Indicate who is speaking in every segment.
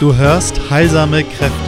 Speaker 1: Du hörst Heilsame Kräfte.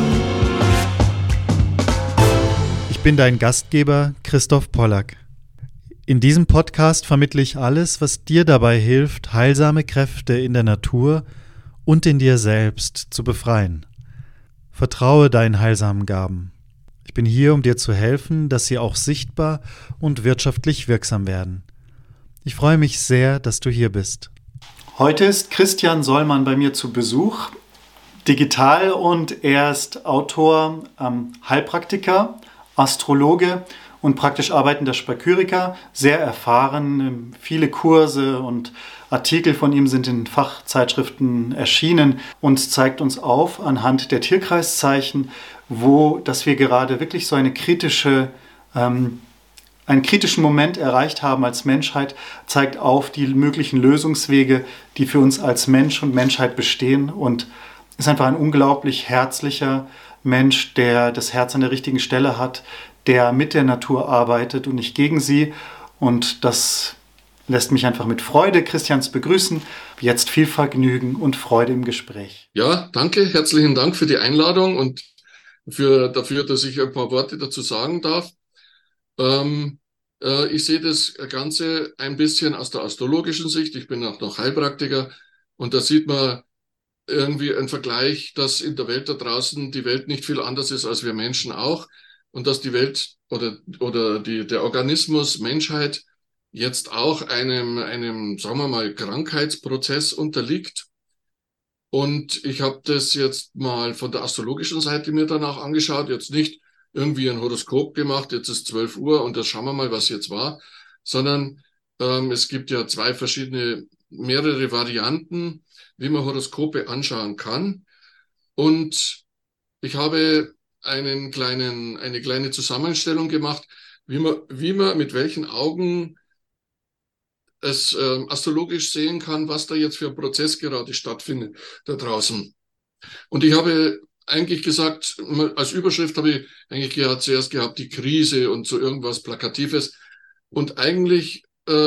Speaker 1: Ich bin dein Gastgeber Christoph Pollack. In diesem Podcast vermittle ich alles, was dir dabei hilft, heilsame Kräfte in der Natur und in dir selbst zu befreien. Vertraue deinen heilsamen Gaben. Ich bin hier, um dir zu helfen, dass sie auch sichtbar und wirtschaftlich wirksam werden. Ich freue mich sehr, dass du hier bist. Heute ist Christian Sollmann bei mir zu Besuch. Digital und er ist Autor, Heilpraktiker, Astrologe und praktisch arbeitender Spagyriker, sehr erfahren. Viele Kurse und Artikel von ihm sind in Fachzeitschriften erschienen und zeigt uns auf anhand der Tierkreiszeichen, dass wir gerade wirklich so einen kritischen Moment erreicht haben als Menschheit, zeigt auf die möglichen Lösungswege, die für uns als Mensch und Menschheit bestehen, und ist einfach ein unglaublich herzlicher Mensch, der das Herz an der richtigen Stelle hat, der mit der Natur arbeitet und nicht gegen sie. Und das lässt mich einfach mit Freude Christians begrüßen. Jetzt viel Vergnügen und Freude im Gespräch.
Speaker 2: Ja, danke. Herzlichen Dank für die Einladung und dafür, dass ich ein paar Worte dazu sagen darf. Ich sehe das Ganze ein bisschen aus der astrologischen Sicht. Ich bin auch noch Heilpraktiker und da sieht man irgendwie einen Vergleich, dass in der Welt da draußen die Welt nicht viel anders ist als wir Menschen auch und dass die Welt oder der Organismus Menschheit jetzt auch einem, sagen wir mal, Krankheitsprozess unterliegt. Und ich habe das jetzt mal von der astrologischen Seite mir dann auch angeschaut, jetzt nicht irgendwie ein Horoskop gemacht, jetzt ist 12 Uhr und das schauen wir mal, was jetzt war, sondern es gibt ja mehrere Varianten, wie man Horoskope anschauen kann. Und ich habe eine kleine Zusammenstellung gemacht, wie man mit welchen Augen es astrologisch sehen kann, was da jetzt für ein Prozess gerade stattfindet da draußen. Und ich habe eigentlich gesagt, als Überschrift habe ich eigentlich zuerst gehabt, die Krise und so irgendwas Plakatives. Und eigentlich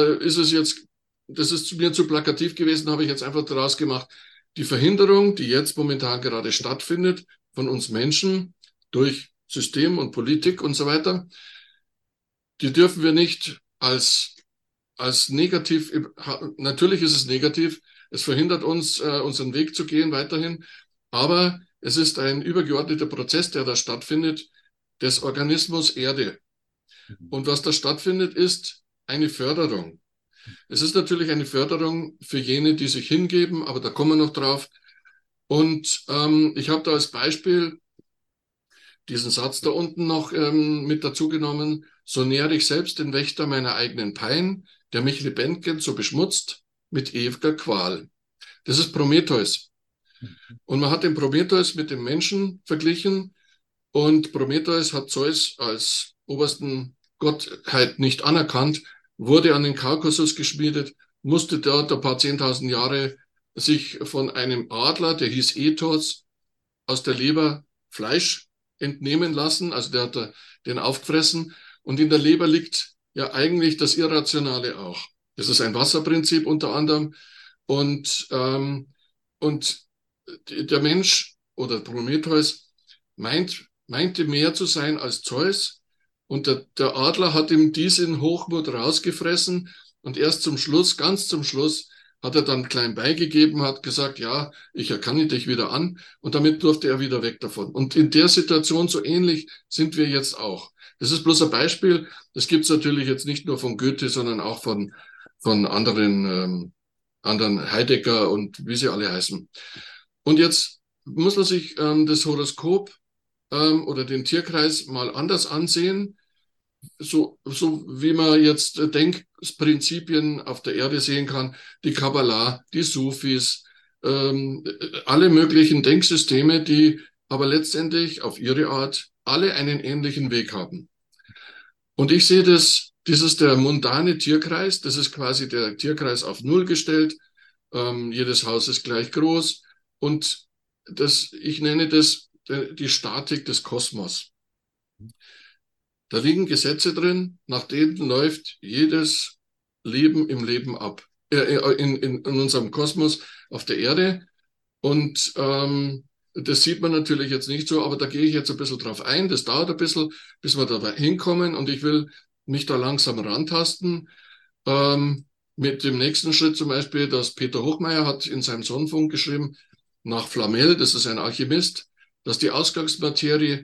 Speaker 2: das ist mir zu plakativ gewesen, habe ich jetzt einfach daraus gemacht, die Verhinderung, die jetzt momentan gerade stattfindet von uns Menschen durch System und Politik und so weiter, die dürfen wir nicht als negativ, natürlich ist es negativ, es verhindert uns, unseren Weg zu gehen weiterhin, aber es ist ein übergeordneter Prozess, der da stattfindet, des Organismus Erde. Und was da stattfindet, ist eine Förderung. Es ist natürlich eine Förderung für jene, die sich hingeben, aber da kommen wir noch drauf. Und ich habe da als Beispiel diesen Satz da unten noch mit dazu genommen: So nähre ich selbst den Wächter meiner eigenen Pein, der mich lebendig so beschmutzt mit ewiger Qual. Das ist Prometheus. Und man hat den Prometheus mit dem Menschen verglichen. Und Prometheus hat Zeus als obersten Gottheit nicht anerkannt, wurde an den Kaukasus geschmiedet, musste dort ein paar 10.000 Jahre sich von einem Adler, der hieß Ethos, aus der Leber Fleisch entnehmen lassen. Also der hat den aufgefressen. Und in der Leber liegt ja eigentlich das Irrationale auch. Das ist ein Wasserprinzip unter anderem. Und der Mensch oder Prometheus meinte mehr zu sein als Zeus. Und der Adler hat ihm dies in Hochmut rausgefressen. Und erst zum Schluss, ganz zum Schluss, hat er dann klein beigegeben, hat gesagt, ja, ich erkanne dich wieder an. Und damit durfte er wieder weg davon. Und in der Situation so ähnlich sind wir jetzt auch. Das ist bloß ein Beispiel. Das gibt es natürlich jetzt nicht nur von Goethe, sondern auch von anderen Heidegger und wie sie alle heißen. Und jetzt muss man sich das Horoskop oder den Tierkreis mal anders ansehen, so wie man jetzt Denkprinzipien auf der Erde sehen kann, die Kabbalah, die Sufis, alle möglichen Denksysteme, die aber letztendlich auf ihre Art alle einen ähnlichen Weg haben. Und ich sehe das ist der mundane Tierkreis, das ist quasi der Tierkreis auf Null gestellt, jedes Haus ist gleich groß und ich nenne das die Statik des Kosmos. Da liegen Gesetze drin, nach denen läuft jedes Leben im Leben ab, in unserem Kosmos auf der Erde. Und das sieht man natürlich jetzt nicht so, aber da gehe ich jetzt ein bisschen drauf ein. Das dauert ein bisschen, bis wir da hinkommen und ich will mich da langsam rantasten. Mit dem nächsten Schritt zum Beispiel, dass Peter Hochmeier hat in seinem Sonnenfunk geschrieben, nach Flamel, das ist ein Alchemist, dass die Ausgangsmaterie,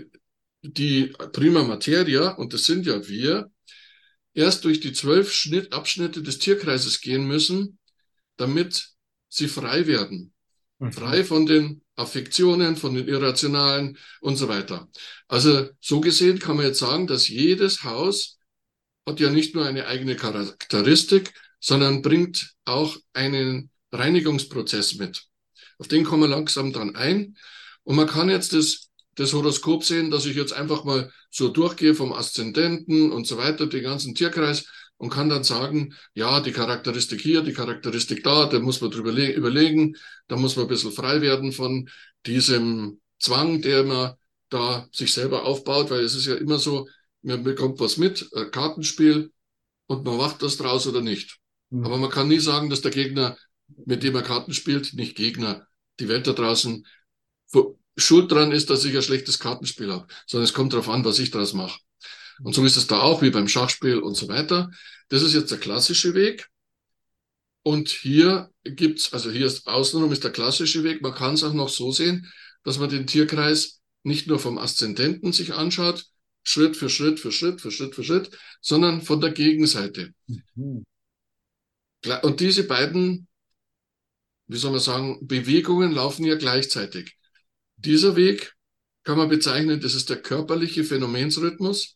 Speaker 2: die Prima Materia, und das sind ja wir, erst durch die 12 Abschnitte des Tierkreises gehen müssen, damit sie frei werden. Frei von den Affektionen, von den Irrationalen und so weiter. Also so gesehen kann man jetzt sagen, dass jedes Haus hat ja nicht nur eine eigene Charakteristik, sondern bringt auch einen Reinigungsprozess mit. Auf den kommen wir langsam dann ein. Und man kann jetzt das Horoskop sehen, dass ich jetzt einfach mal so durchgehe vom Aszendenten und so weiter, den ganzen Tierkreis und kann dann sagen, ja, die Charakteristik hier, die Charakteristik da muss man drüber überlegen, da muss man ein bisschen frei werden von diesem Zwang, der man da sich selber aufbaut, weil es ist ja immer so, man bekommt was mit, ein Kartenspiel, und man macht das draus oder nicht. Aber man kann nie sagen, dass der Gegner, mit dem er Karten spielt, nicht Gegner, die Welt da draußen, schuld dran ist, dass ich ein schlechtes Kartenspiel habe, sondern es kommt darauf an, was ich daraus mache. Und so ist es da auch, wie beim Schachspiel und so weiter. Das ist jetzt der klassische Weg. Und hier gibt's, also hier ist außenrum ist der klassische Weg. Man kann es auch noch so sehen, dass man den Tierkreis nicht nur vom Aszendenten sich anschaut, Schritt für Schritt für Schritt für Schritt für Schritt, sondern von der Gegenseite.
Speaker 1: Mhm.
Speaker 2: Und diese beiden, wie soll man sagen, Bewegungen laufen ja gleichzeitig. Dieser Weg kann man bezeichnen, das ist der körperliche Phänomensrhythmus.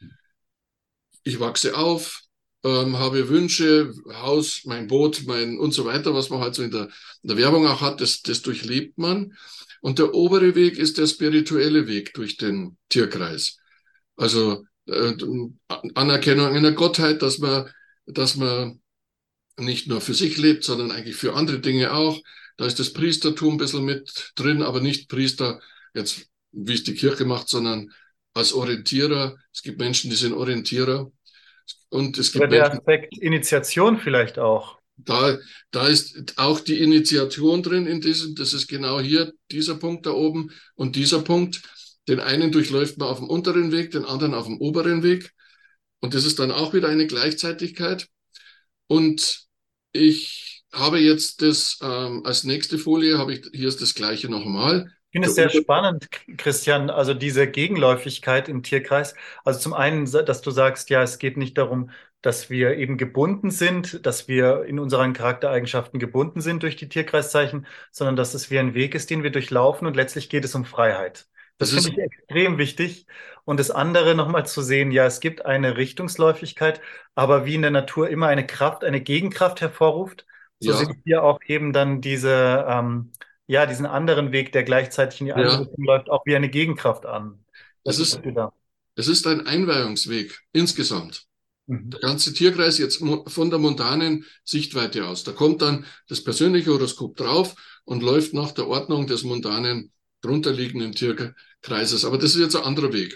Speaker 2: Ich wachse auf, habe Wünsche, Haus, mein Boot, mein und so weiter, was man halt so in der Werbung auch hat, das durchlebt man. Und der obere Weg ist der spirituelle Weg durch den Tierkreis. Also Anerkennung einer Gottheit, dass man nicht nur für sich lebt, sondern eigentlich für andere Dinge auch. Da ist das Priestertum ein bisschen mit drin, aber nicht Priester, jetzt wie es die Kirche macht, sondern als Orientierer. Es gibt Menschen, die sind Orientierer. Und es
Speaker 3: Oder
Speaker 2: gibt
Speaker 3: der
Speaker 2: Menschen,
Speaker 3: Aspekt Initiation vielleicht auch.
Speaker 2: da ist auch die Initiation drin in diesem, das ist genau hier, dieser Punkt da oben und dieser Punkt. Den einen durchläuft man auf dem unteren Weg, den anderen auf dem oberen Weg. Und das ist dann auch wieder eine Gleichzeitigkeit. Und ich habe jetzt das als nächste Folie, hier ist das gleiche nochmal.
Speaker 3: Ich finde es sehr spannend, Christian, also diese Gegenläufigkeit im Tierkreis. Also zum einen, dass du sagst, ja, es geht nicht darum, dass wir eben gebunden sind, dass wir in unseren Charaktereigenschaften gebunden sind durch die Tierkreiszeichen, sondern dass es wie ein Weg ist, den wir durchlaufen und letztlich geht es um Freiheit. Das
Speaker 2: Das ist,
Speaker 3: finde ich extrem wichtig. Und das andere nochmal zu sehen, ja, es gibt eine Richtungsläufigkeit, aber wie in der Natur immer eine Kraft, eine Gegenkraft hervorruft, so
Speaker 2: ja,
Speaker 3: sehe ich hier auch eben dann ja, diesen anderen Weg, der gleichzeitig in die andere
Speaker 2: ja,
Speaker 3: Richtung läuft, auch wie eine Gegenkraft an.
Speaker 2: es
Speaker 3: Das ist
Speaker 2: ist,
Speaker 3: dafür da.
Speaker 2: es ist ein Einweihungsweg insgesamt.
Speaker 3: Mhm.
Speaker 2: Der ganze Tierkreis jetzt von der montanen Sichtweite aus. Da kommt dann das persönliche Horoskop drauf und läuft nach der Ordnung des montanen drunterliegenden Tierkreises. Aber das ist jetzt ein anderer Weg.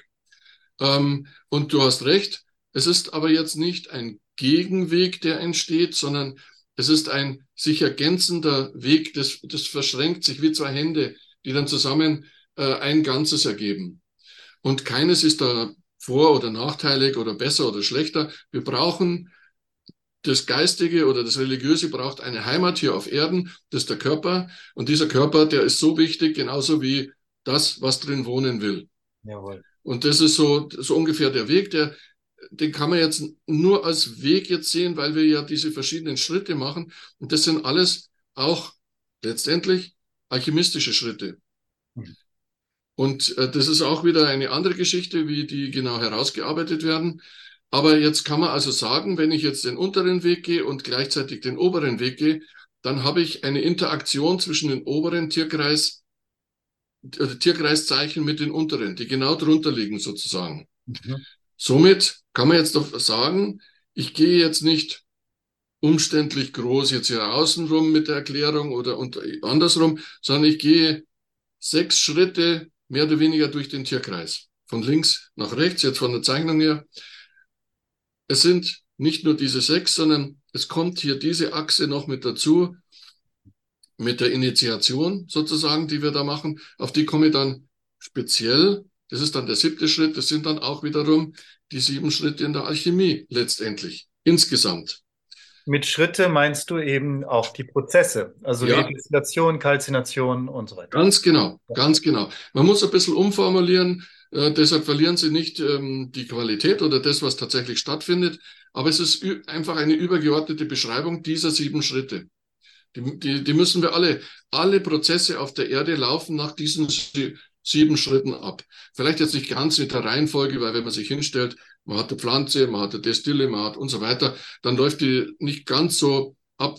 Speaker 2: Und du hast recht, es ist aber jetzt nicht ein Gegenweg, der entsteht, sondern es ist ein sich ergänzender Weg, das verschränkt sich wie zwei Hände, die dann zusammen ein Ganzes ergeben. Und keines ist da vor- oder nachteilig oder besser oder schlechter. Wir brauchen das Geistige oder das Religiöse braucht eine Heimat hier auf Erden, das ist der Körper. Und dieser Körper, der ist so wichtig, genauso wie das, was drin wohnen will.
Speaker 3: Jawohl.
Speaker 2: Und das ist so ungefähr der Weg, den kann man jetzt nur als Weg jetzt sehen, weil wir ja diese verschiedenen Schritte machen. Und das sind alles auch letztendlich alchemistische Schritte.
Speaker 3: Mhm.
Speaker 2: Und das ist auch wieder eine andere Geschichte, wie die genau herausgearbeitet werden. Aber jetzt kann man also sagen, wenn ich jetzt den unteren Weg gehe und gleichzeitig den oberen Weg gehe, dann habe ich eine Interaktion zwischen den oberen Tierkreiszeichen mit den unteren, die genau drunter liegen sozusagen.
Speaker 3: Mhm.
Speaker 2: Somit kann man jetzt doch sagen, ich gehe jetzt nicht umständlich groß jetzt hier außenrum mit der Erklärung oder andersrum, sondern ich gehe 6 Schritte mehr oder weniger durch den Tierkreis. Von links nach rechts, jetzt von der Zeichnung her. Es sind nicht nur diese 6, sondern es kommt hier diese Achse noch mit dazu. mit der Initiation sozusagen, die wir da machen, auf die komme ich dann speziell. Das ist dann der 7. Schritt. Das sind dann auch wiederum die 7 Schritte in der Alchemie letztendlich, insgesamt.
Speaker 3: Mit Schritte meinst du eben auch die Prozesse, also
Speaker 2: Ja,
Speaker 3: Destillation, Kalzination und so weiter.
Speaker 2: ganz genau,
Speaker 3: Ja.
Speaker 2: ganz genau. Man muss ein bisschen umformulieren, deshalb verlieren Sie nicht die Qualität oder das, was tatsächlich stattfindet, aber es ist einfach eine übergeordnete Beschreibung dieser 7 Schritte. Die müssen wir alle Prozesse auf der Erde laufen nach diesen 7 Schritten ab. Vielleicht jetzt nicht ganz mit der Reihenfolge, weil wenn man sich hinstellt, man hat eine Pflanze, man hat eine Destille, man hat und so weiter, dann läuft die nicht ganz so ab,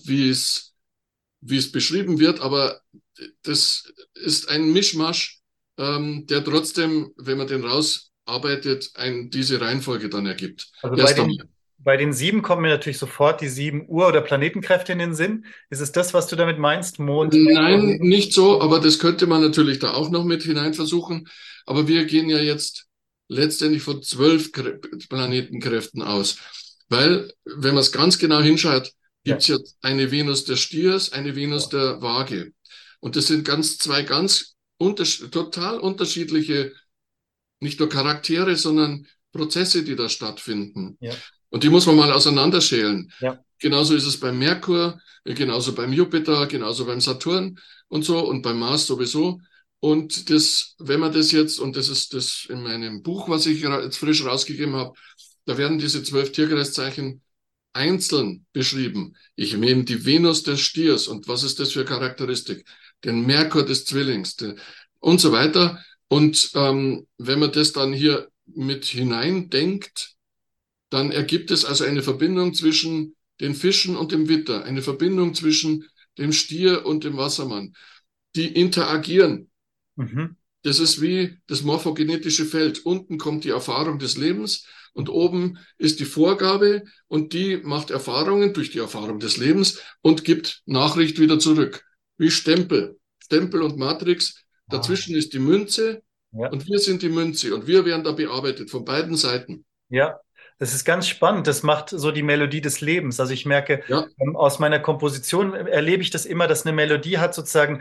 Speaker 2: wie es beschrieben wird, aber das ist ein Mischmasch, der trotzdem, wenn man den rausarbeitet, diese Reihenfolge dann ergibt.
Speaker 3: Also
Speaker 2: Erst einmal.
Speaker 3: bei den 7 kommen mir natürlich sofort die 7 Ur- oder Planetenkräfte in den Sinn. Ist es das, was du damit meinst? Mond, Merkur,
Speaker 2: Nein,
Speaker 3: Venus?
Speaker 2: nicht so, aber das könnte man natürlich da auch noch mit hinein versuchen. Aber wir gehen ja jetzt letztendlich von 12 Planetenkräften aus. Weil, wenn man es ganz genau hinschaut, gibt
Speaker 3: Ja.
Speaker 2: es jetzt eine Venus des Stiers, eine Venus
Speaker 3: Ja.
Speaker 2: der Waage. Und das sind zwei ganz total unterschiedliche, nicht nur Charaktere, sondern Prozesse, die da stattfinden.
Speaker 3: Ja.
Speaker 2: Und die muss man mal auseinanderschälen.
Speaker 3: Ja.
Speaker 2: Genauso ist es beim Merkur, genauso beim Jupiter, genauso beim Saturn und so und beim Mars sowieso. Und das, wenn man das jetzt, und das ist das in meinem Buch, was ich jetzt frisch rausgegeben habe, da werden diese 12 Tierkreiszeichen einzeln beschrieben. Ich nehme die Venus des Stiers und was ist das für Charakteristik? Den Merkur des Zwillings und so weiter. Und wenn man das dann hier mit hineindenkt, dann ergibt es also eine Verbindung zwischen den Fischen und dem Widder, eine Verbindung zwischen dem Stier und dem Wassermann. Die interagieren.
Speaker 3: Mhm.
Speaker 2: Das ist wie das morphogenetische Feld. Unten kommt die Erfahrung des Lebens und oben ist die Vorgabe und die macht Erfahrungen durch die Erfahrung des Lebens und gibt Nachricht wieder zurück. Wie Stempel. Stempel und Matrix.
Speaker 3: Ah,
Speaker 2: Dazwischen ist die Münze
Speaker 3: ja.
Speaker 2: und wir sind die Münze und wir werden da bearbeitet von beiden Seiten.
Speaker 3: Ja, das ist ganz spannend. Das macht so die Melodie des Lebens. Also ich merke,
Speaker 2: Ja,
Speaker 3: aus meiner Komposition erlebe ich das immer, dass eine Melodie hat sozusagen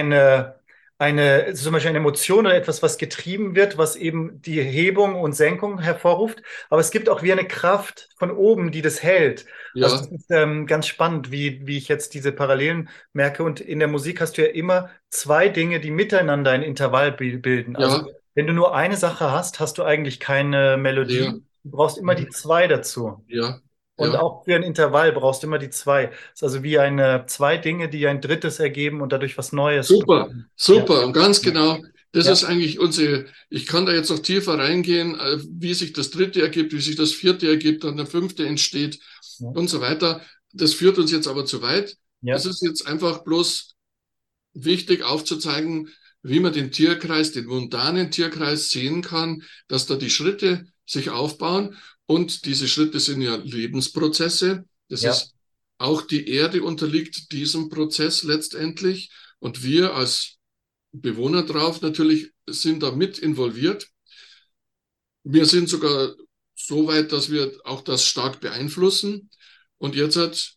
Speaker 3: zum Beispiel eine Emotion oder etwas, was getrieben wird, was eben die Hebung und Senkung hervorruft. Aber es gibt auch wie eine Kraft von oben, die das hält. Also
Speaker 2: ja,
Speaker 3: das ist ganz spannend, wie ich jetzt diese Parallelen merke. Und in der Musik hast du ja immer zwei Dinge, die miteinander ein Intervall bilden. Also
Speaker 2: ja,
Speaker 3: wenn du nur eine Sache hast, hast du eigentlich keine
Speaker 2: ja,
Speaker 3: Melodie. Du brauchst immer die zwei dazu.
Speaker 2: ja,
Speaker 3: Und
Speaker 2: ja.
Speaker 3: auch für ein Intervall brauchst du immer die zwei. Das ist also wie zwei Dinge, die ein drittes ergeben und dadurch was Neues
Speaker 2: Super,
Speaker 3: bekommen. Ja,
Speaker 2: super. Und ganz
Speaker 3: ja,
Speaker 2: genau, das ist
Speaker 3: ja,
Speaker 2: eigentlich ich kann da jetzt noch tiefer reingehen, wie sich das 3. ergibt, wie sich das 4. ergibt, dann der 5. entsteht
Speaker 3: ja,
Speaker 2: und so weiter. Das führt uns jetzt aber zu weit. Es
Speaker 3: ja,
Speaker 2: ist jetzt einfach bloß wichtig aufzuzeigen, wie man den Tierkreis, den mundanen Tierkreis sehen kann, dass da die Schritte sich aufbauen und diese Schritte sind ja Lebensprozesse. Das
Speaker 3: ja,
Speaker 2: ist auch die Erde unterliegt diesem Prozess letztendlich und wir als Bewohner drauf natürlich sind da mit involviert. Wir sind sogar so weit, dass wir auch das stark beeinflussen. Und jetzt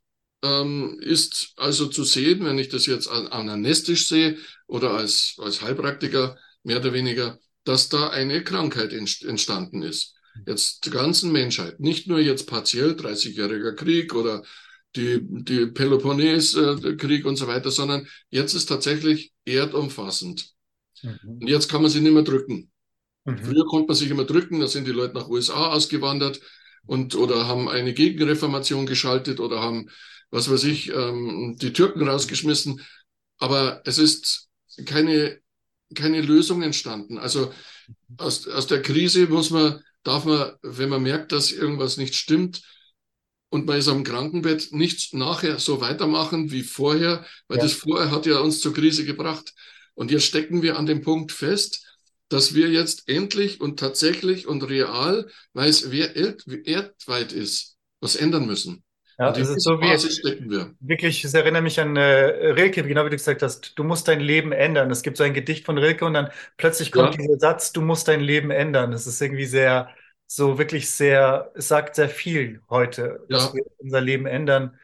Speaker 2: ist also zu sehen, wenn ich das jetzt anamnestisch sehe oder als Heilpraktiker mehr oder weniger, dass da eine Krankheit entstanden ist. Jetzt der ganzen Menschheit, nicht nur jetzt partiell 30-jähriger Krieg oder die Peloponnes-Krieg und so weiter, sondern jetzt ist tatsächlich erdumfassend.
Speaker 3: mhm,
Speaker 2: Und jetzt kann man sie nicht mehr drücken.
Speaker 3: mhm,
Speaker 2: Früher konnte man sich immer drücken, da sind die Leute nach USA ausgewandert und oder haben eine Gegenreformation geschaltet oder haben, was weiß ich, die Türken rausgeschmissen. Aber es ist keine Lösung entstanden. Also aus der Krise darf man, wenn man merkt, dass irgendwas nicht stimmt und man ist am Krankenbett, nicht nachher so weitermachen wie vorher, weil
Speaker 3: ja.
Speaker 2: das vorher hat ja uns zur Krise gebracht. Und jetzt stecken wir an dem Punkt fest, dass wir jetzt endlich und tatsächlich und real, weil es erdweit ist, was ändern müssen. Und
Speaker 3: Ja,
Speaker 2: in
Speaker 3: es ist
Speaker 2: dieser
Speaker 3: so wie,
Speaker 2: Phase stecken wir.
Speaker 3: wirklich, es erinnert mich an Rilke, genau wie du gesagt hast, du musst dein Leben ändern. Es gibt so ein Gedicht von Rilke und dann plötzlich kommt
Speaker 2: Ja,
Speaker 3: dieser Satz, du musst dein Leben ändern. Das ist irgendwie sehr, so wirklich sehr, es sagt sehr viel heute, dass
Speaker 2: ja,
Speaker 3: wir unser Leben ändern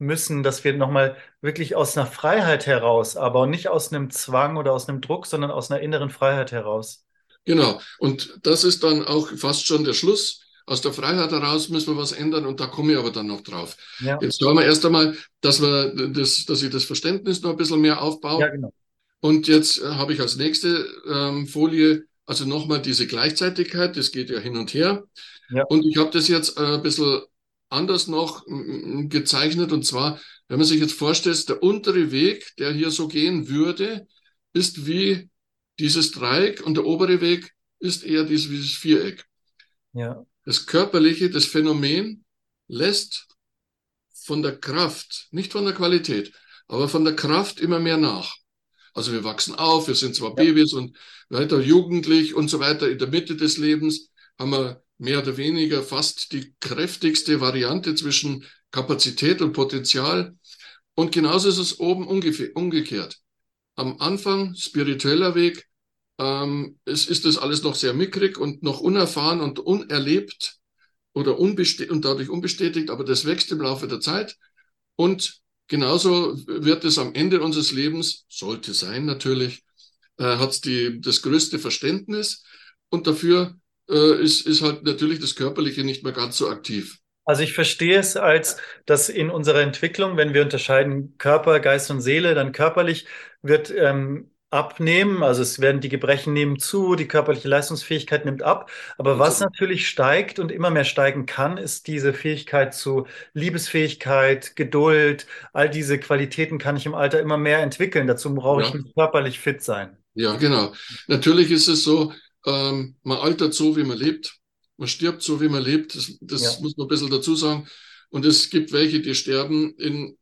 Speaker 3: müssen, dass wir nochmal wirklich aus einer Freiheit heraus, aber nicht aus einem Zwang oder aus einem Druck, sondern aus einer inneren Freiheit heraus.
Speaker 2: Genau. Und das ist dann auch fast schon der Schluss. Aus der Freiheit heraus müssen wir was ändern und da komme ich aber dann noch drauf.
Speaker 3: Ja,
Speaker 2: Jetzt schauen wir erst einmal, dass ich das Verständnis noch ein bisschen mehr
Speaker 3: ja,
Speaker 2: aufbaue.
Speaker 3: genau.
Speaker 2: Und jetzt habe ich als nächste Folie also nochmal diese Gleichzeitigkeit, das geht ja hin und her.
Speaker 3: Ja,
Speaker 2: Und ich habe das jetzt ein bisschen anders noch gezeichnet. Und zwar, wenn man sich jetzt vorstellt, der untere Weg, der hier so gehen würde, ist wie dieses Dreieck und der obere Weg ist eher dieses Viereck.
Speaker 3: ja,
Speaker 2: Das Körperliche, das Phänomen lässt von der Kraft, nicht von der Qualität, aber von der Kraft immer mehr nach. Also wir wachsen auf, wir sind zwar
Speaker 3: ja.
Speaker 2: Babys und weiter jugendlich und so weiter. In der Mitte des Lebens haben wir mehr oder weniger fast die kräftigste Variante zwischen Kapazität und Potenzial. Und genauso ist es oben umgekehrt. Am Anfang spiritueller Weg, es ist das alles noch sehr mickrig und noch unerfahren und unerlebt oder und dadurch unbestätigt, aber das wächst im Laufe der Zeit. Und genauso wird es am Ende unseres Lebens, sollte sein natürlich, hat es das größte Verständnis und dafür ist halt natürlich das Körperliche nicht mehr ganz so aktiv.
Speaker 3: Also ich verstehe es als, dass in unserer Entwicklung, wenn wir unterscheiden Körper, Geist und Seele, dann körperlich wird abnehmen, also es werden die Gebrechen nehmen zu, die körperliche Leistungsfähigkeit nimmt ab. Aber
Speaker 2: Und
Speaker 3: was
Speaker 2: so,
Speaker 3: natürlich steigt und immer mehr steigen kann, ist diese Fähigkeit zu Liebesfähigkeit, Geduld. All diese Qualitäten kann ich im Alter immer mehr entwickeln. Dazu brauche ich
Speaker 2: ja,
Speaker 3: nicht körperlich fit sein.
Speaker 2: ja, genau. Natürlich ist es so, man altert so, wie man lebt. Man stirbt so, wie man lebt. Das
Speaker 3: Ja.
Speaker 2: muss man ein bisschen dazu sagen. Und es gibt welche, die sterben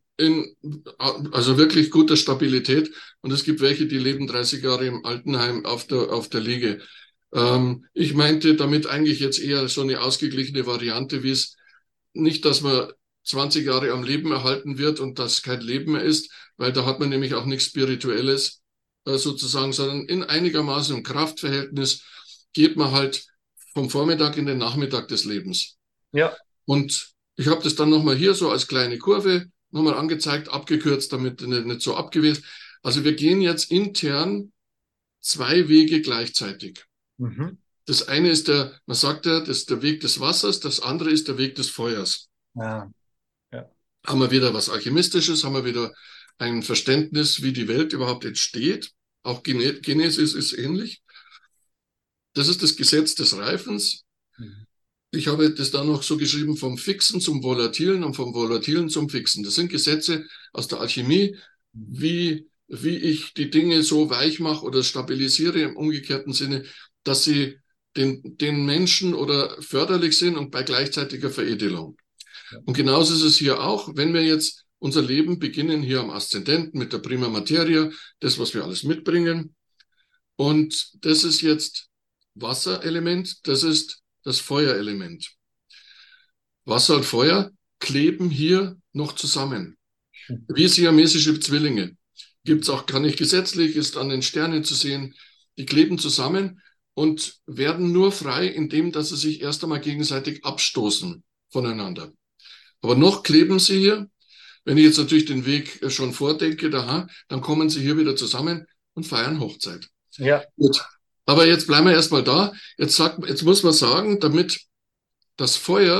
Speaker 2: also wirklich guter Stabilität. Und es gibt welche, die leben 30 Jahre im Altenheim auf der Liege. Ich meinte damit eigentlich jetzt eher so eine ausgeglichene Variante, wie es nicht, dass man 20 Jahre am Leben erhalten wird und das kein Leben mehr ist, weil da hat man nämlich auch nichts Spirituelles sozusagen, sondern in einigermaßen im Kraftverhältnis geht man halt vom Vormittag in den Nachmittag des Lebens.
Speaker 3: Ja.
Speaker 2: Und ich habe das dann nochmal hier so als kleine Kurve nochmal angezeigt, abgekürzt, damit nicht so abgewesen. Also wir gehen jetzt intern 2 Wege gleichzeitig.
Speaker 3: Mhm.
Speaker 2: Das eine ist man sagt ja, das ist der Weg des Wassers, das andere ist der Weg des Feuers.
Speaker 3: Ja. Ja.
Speaker 2: Haben wir wieder was Alchemistisches, haben wir wieder ein Verständnis, wie die Welt überhaupt entsteht. Auch Genesis ist ähnlich. Das ist das Gesetz des Reifens.
Speaker 3: Mhm.
Speaker 2: Ich habe das dann noch so geschrieben, vom Fixen zum Volatilen und vom Volatilen zum Fixen. Das sind Gesetze aus der Alchemie, wie ich die Dinge so weich mache oder stabilisiere im umgekehrten Sinne, dass sie den Menschen oder förderlich sind und bei gleichzeitiger Veredelung. Und genauso ist es hier auch, wenn wir jetzt unser Leben beginnen hier am Aszendenten mit der Prima Materia, das, was wir alles mitbringen. Und das ist jetzt Wasserelement, das ist das Feuerelement. Wasser und Feuer kleben hier noch zusammen, wie siamesische Zwillinge. Gibt es auch gar nicht gesetzlich, ist an den Sternen zu sehen. Die kleben zusammen und werden nur frei, indem dass sie sich erst einmal gegenseitig abstoßen voneinander. Aber noch kleben sie hier. Wenn ich jetzt natürlich den Weg schon vordenke, dann kommen sie hier wieder zusammen und feiern Hochzeit.
Speaker 3: Ja.
Speaker 2: Gut. Aber jetzt bleiben wir erstmal da. Jetzt muss man sagen, damit das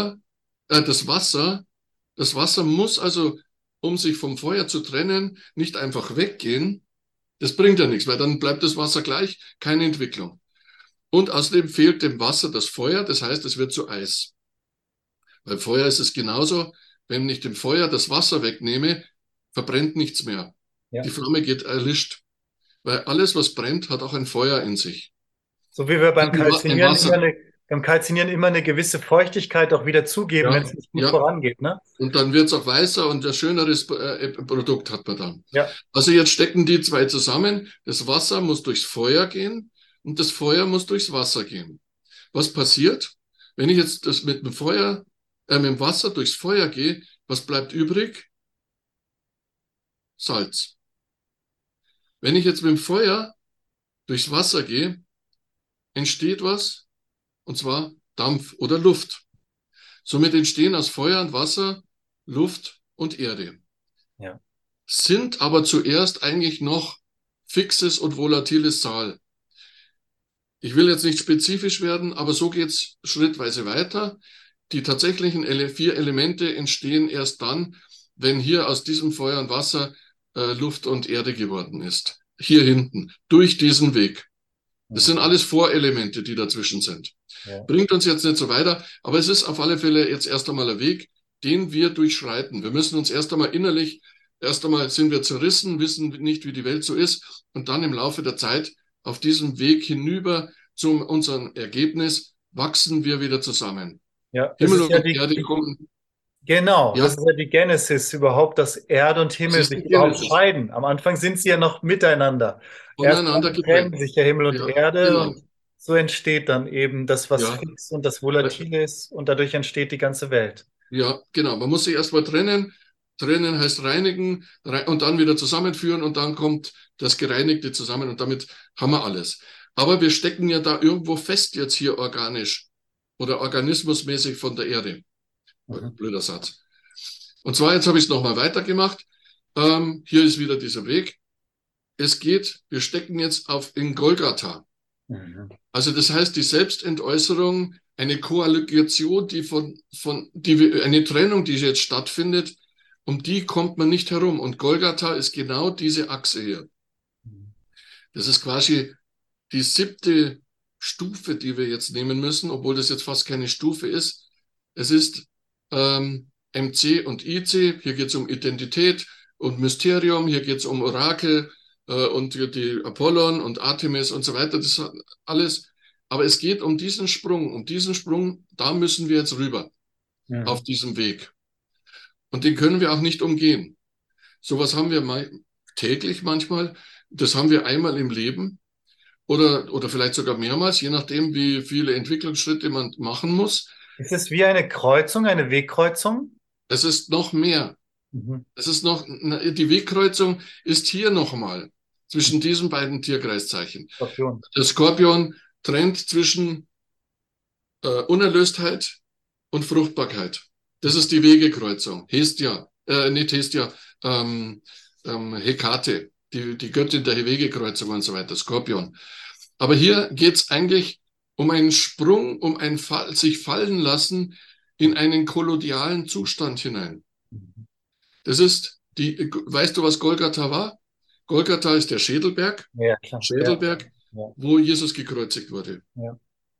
Speaker 2: das Wasser muss also, um sich vom Feuer zu trennen, nicht einfach weggehen. Das bringt ja nichts, weil dann bleibt das Wasser gleich, keine Entwicklung. Und außerdem fehlt dem Wasser das Feuer, das heißt, es wird zu Eis. Beim Feuer ist es genauso, wenn ich dem Feuer das Wasser wegnehme, verbrennt nichts mehr.
Speaker 3: Ja.
Speaker 2: Die Flamme geht erlischt, weil alles, was brennt, hat auch ein Feuer in sich.
Speaker 3: So wie wir
Speaker 2: Ein Wasser.
Speaker 3: beim Kalzinieren immer eine gewisse Feuchtigkeit auch wieder zugeben, wenn
Speaker 2: Ja,
Speaker 3: es nicht gut
Speaker 2: ja.
Speaker 3: vorangeht, ne?
Speaker 2: Und dann wird es auch weißer und ein schöneres Produkt hat man dann.
Speaker 3: Ja.
Speaker 2: Also jetzt stecken die zwei zusammen. Das Wasser muss durchs Feuer gehen und das Feuer muss durchs Wasser gehen. Was passiert, wenn ich jetzt das mit dem Wasser durchs Feuer gehe? Was bleibt übrig? Salz. Wenn ich jetzt mit dem Feuer durchs Wasser gehe, entsteht was, und zwar Dampf oder Luft. Somit entstehen aus Feuer und Wasser Luft und Erde.
Speaker 3: Ja.
Speaker 2: sind aber zuerst eigentlich noch fixes und volatiles Sal. Ich will jetzt nicht spezifisch werden, aber so geht's schrittweise weiter. Die tatsächlichen 4 Elemente entstehen erst dann, wenn hier aus diesem Feuer und Wasser Luft und Erde geworden ist. Hier hinten, durch diesen Weg. Das sind alles Vorelemente, die dazwischen sind.
Speaker 3: Ja.
Speaker 2: Bringt uns jetzt nicht so weiter, aber es ist auf alle Fälle jetzt erst einmal ein Weg, den wir durchschreiten. Wir müssen uns erst einmal innerlich, erst einmal sind wir zerrissen, wissen nicht, wie die Welt so ist, und dann im Laufe der Zeit auf diesem Weg hinüber zu unserem Ergebnis wachsen wir wieder zusammen.
Speaker 3: Ja, das
Speaker 2: Himmel
Speaker 3: ist ja
Speaker 2: und Erde kommen.
Speaker 3: genau,
Speaker 2: Ja,
Speaker 3: das ist ja die Genesis überhaupt, dass Erde und
Speaker 2: das
Speaker 3: Himmel
Speaker 2: ist
Speaker 3: sich
Speaker 2: die
Speaker 3: überhaupt
Speaker 2: Genesis.
Speaker 3: scheiden. Am Anfang sind sie ja noch miteinander. Erst
Speaker 2: Voneinander
Speaker 3: dann
Speaker 2: getrennt.
Speaker 3: trennen sich ja Himmel und
Speaker 2: Ja,
Speaker 3: Erde
Speaker 2: genau.
Speaker 3: und so entsteht dann eben das, was
Speaker 2: Ja,
Speaker 3: fix und das Volatil ist und dadurch entsteht die ganze Welt.
Speaker 2: ja, genau. Man muss sich erstmal trennen. Trennen heißt reinigen und dann wieder zusammenführen und dann kommt das Gereinigte zusammen und damit haben wir alles. Aber wir stecken ja da irgendwo fest jetzt hier organisch oder organismusmäßig von der Erde.
Speaker 3: Mhm.
Speaker 2: Blöder Satz. Und zwar, jetzt habe ich es nochmal weitergemacht. Hier ist wieder dieser Weg. Es geht, wir stecken jetzt in Golgatha.
Speaker 3: Mhm.
Speaker 2: Also das heißt, die Selbstentäußerung, eine Koallokation, eine Trennung, die jetzt stattfindet, um die kommt man nicht herum. Und Golgatha ist genau diese Achse hier. Das ist quasi die 7. Stufe, die wir jetzt nehmen müssen, obwohl das jetzt fast keine Stufe ist. Es ist MC und IC. Hier geht es um Identität und Mysterium. Hier geht es um Orakel und die Apollon und Artemis und so weiter. Das ist alles. Aber es geht um diesen Sprung. Um diesen Sprung, da müssen wir jetzt rüber auf
Speaker 3: Mhm.
Speaker 2: diesem Weg. Und den können wir auch nicht umgehen. Sowas haben wir täglich manchmal. Das haben wir einmal im Leben oder vielleicht sogar mehrmals, je nachdem, wie viele Entwicklungsschritte man machen muss.
Speaker 3: Ist es wie eine Kreuzung, eine Wegkreuzung?
Speaker 2: Es ist noch mehr.
Speaker 3: Mhm.
Speaker 2: Es ist noch, die Wegkreuzung ist hier nochmal zwischen diesen beiden Tierkreiszeichen.
Speaker 3: Skorpion.
Speaker 2: Der Skorpion trennt zwischen Unerlöstheit und Fruchtbarkeit. Das ist die Wegekreuzung. Hestia, nicht Hestia, Hekate, die Göttin der Wegekreuzung und so weiter, Skorpion. Aber hier geht es eigentlich um einen Sprung, um ein sich fallen lassen in einen kollodialen Zustand hinein.
Speaker 3: Mhm.
Speaker 2: Das ist weißt du, was Golgatha war? Golgatha ist der Schädelberg,
Speaker 3: Ja, klar. Ja.
Speaker 2: Schädelberg,
Speaker 3: Ja.
Speaker 2: wo Jesus gekreuzigt wurde.
Speaker 3: Ja.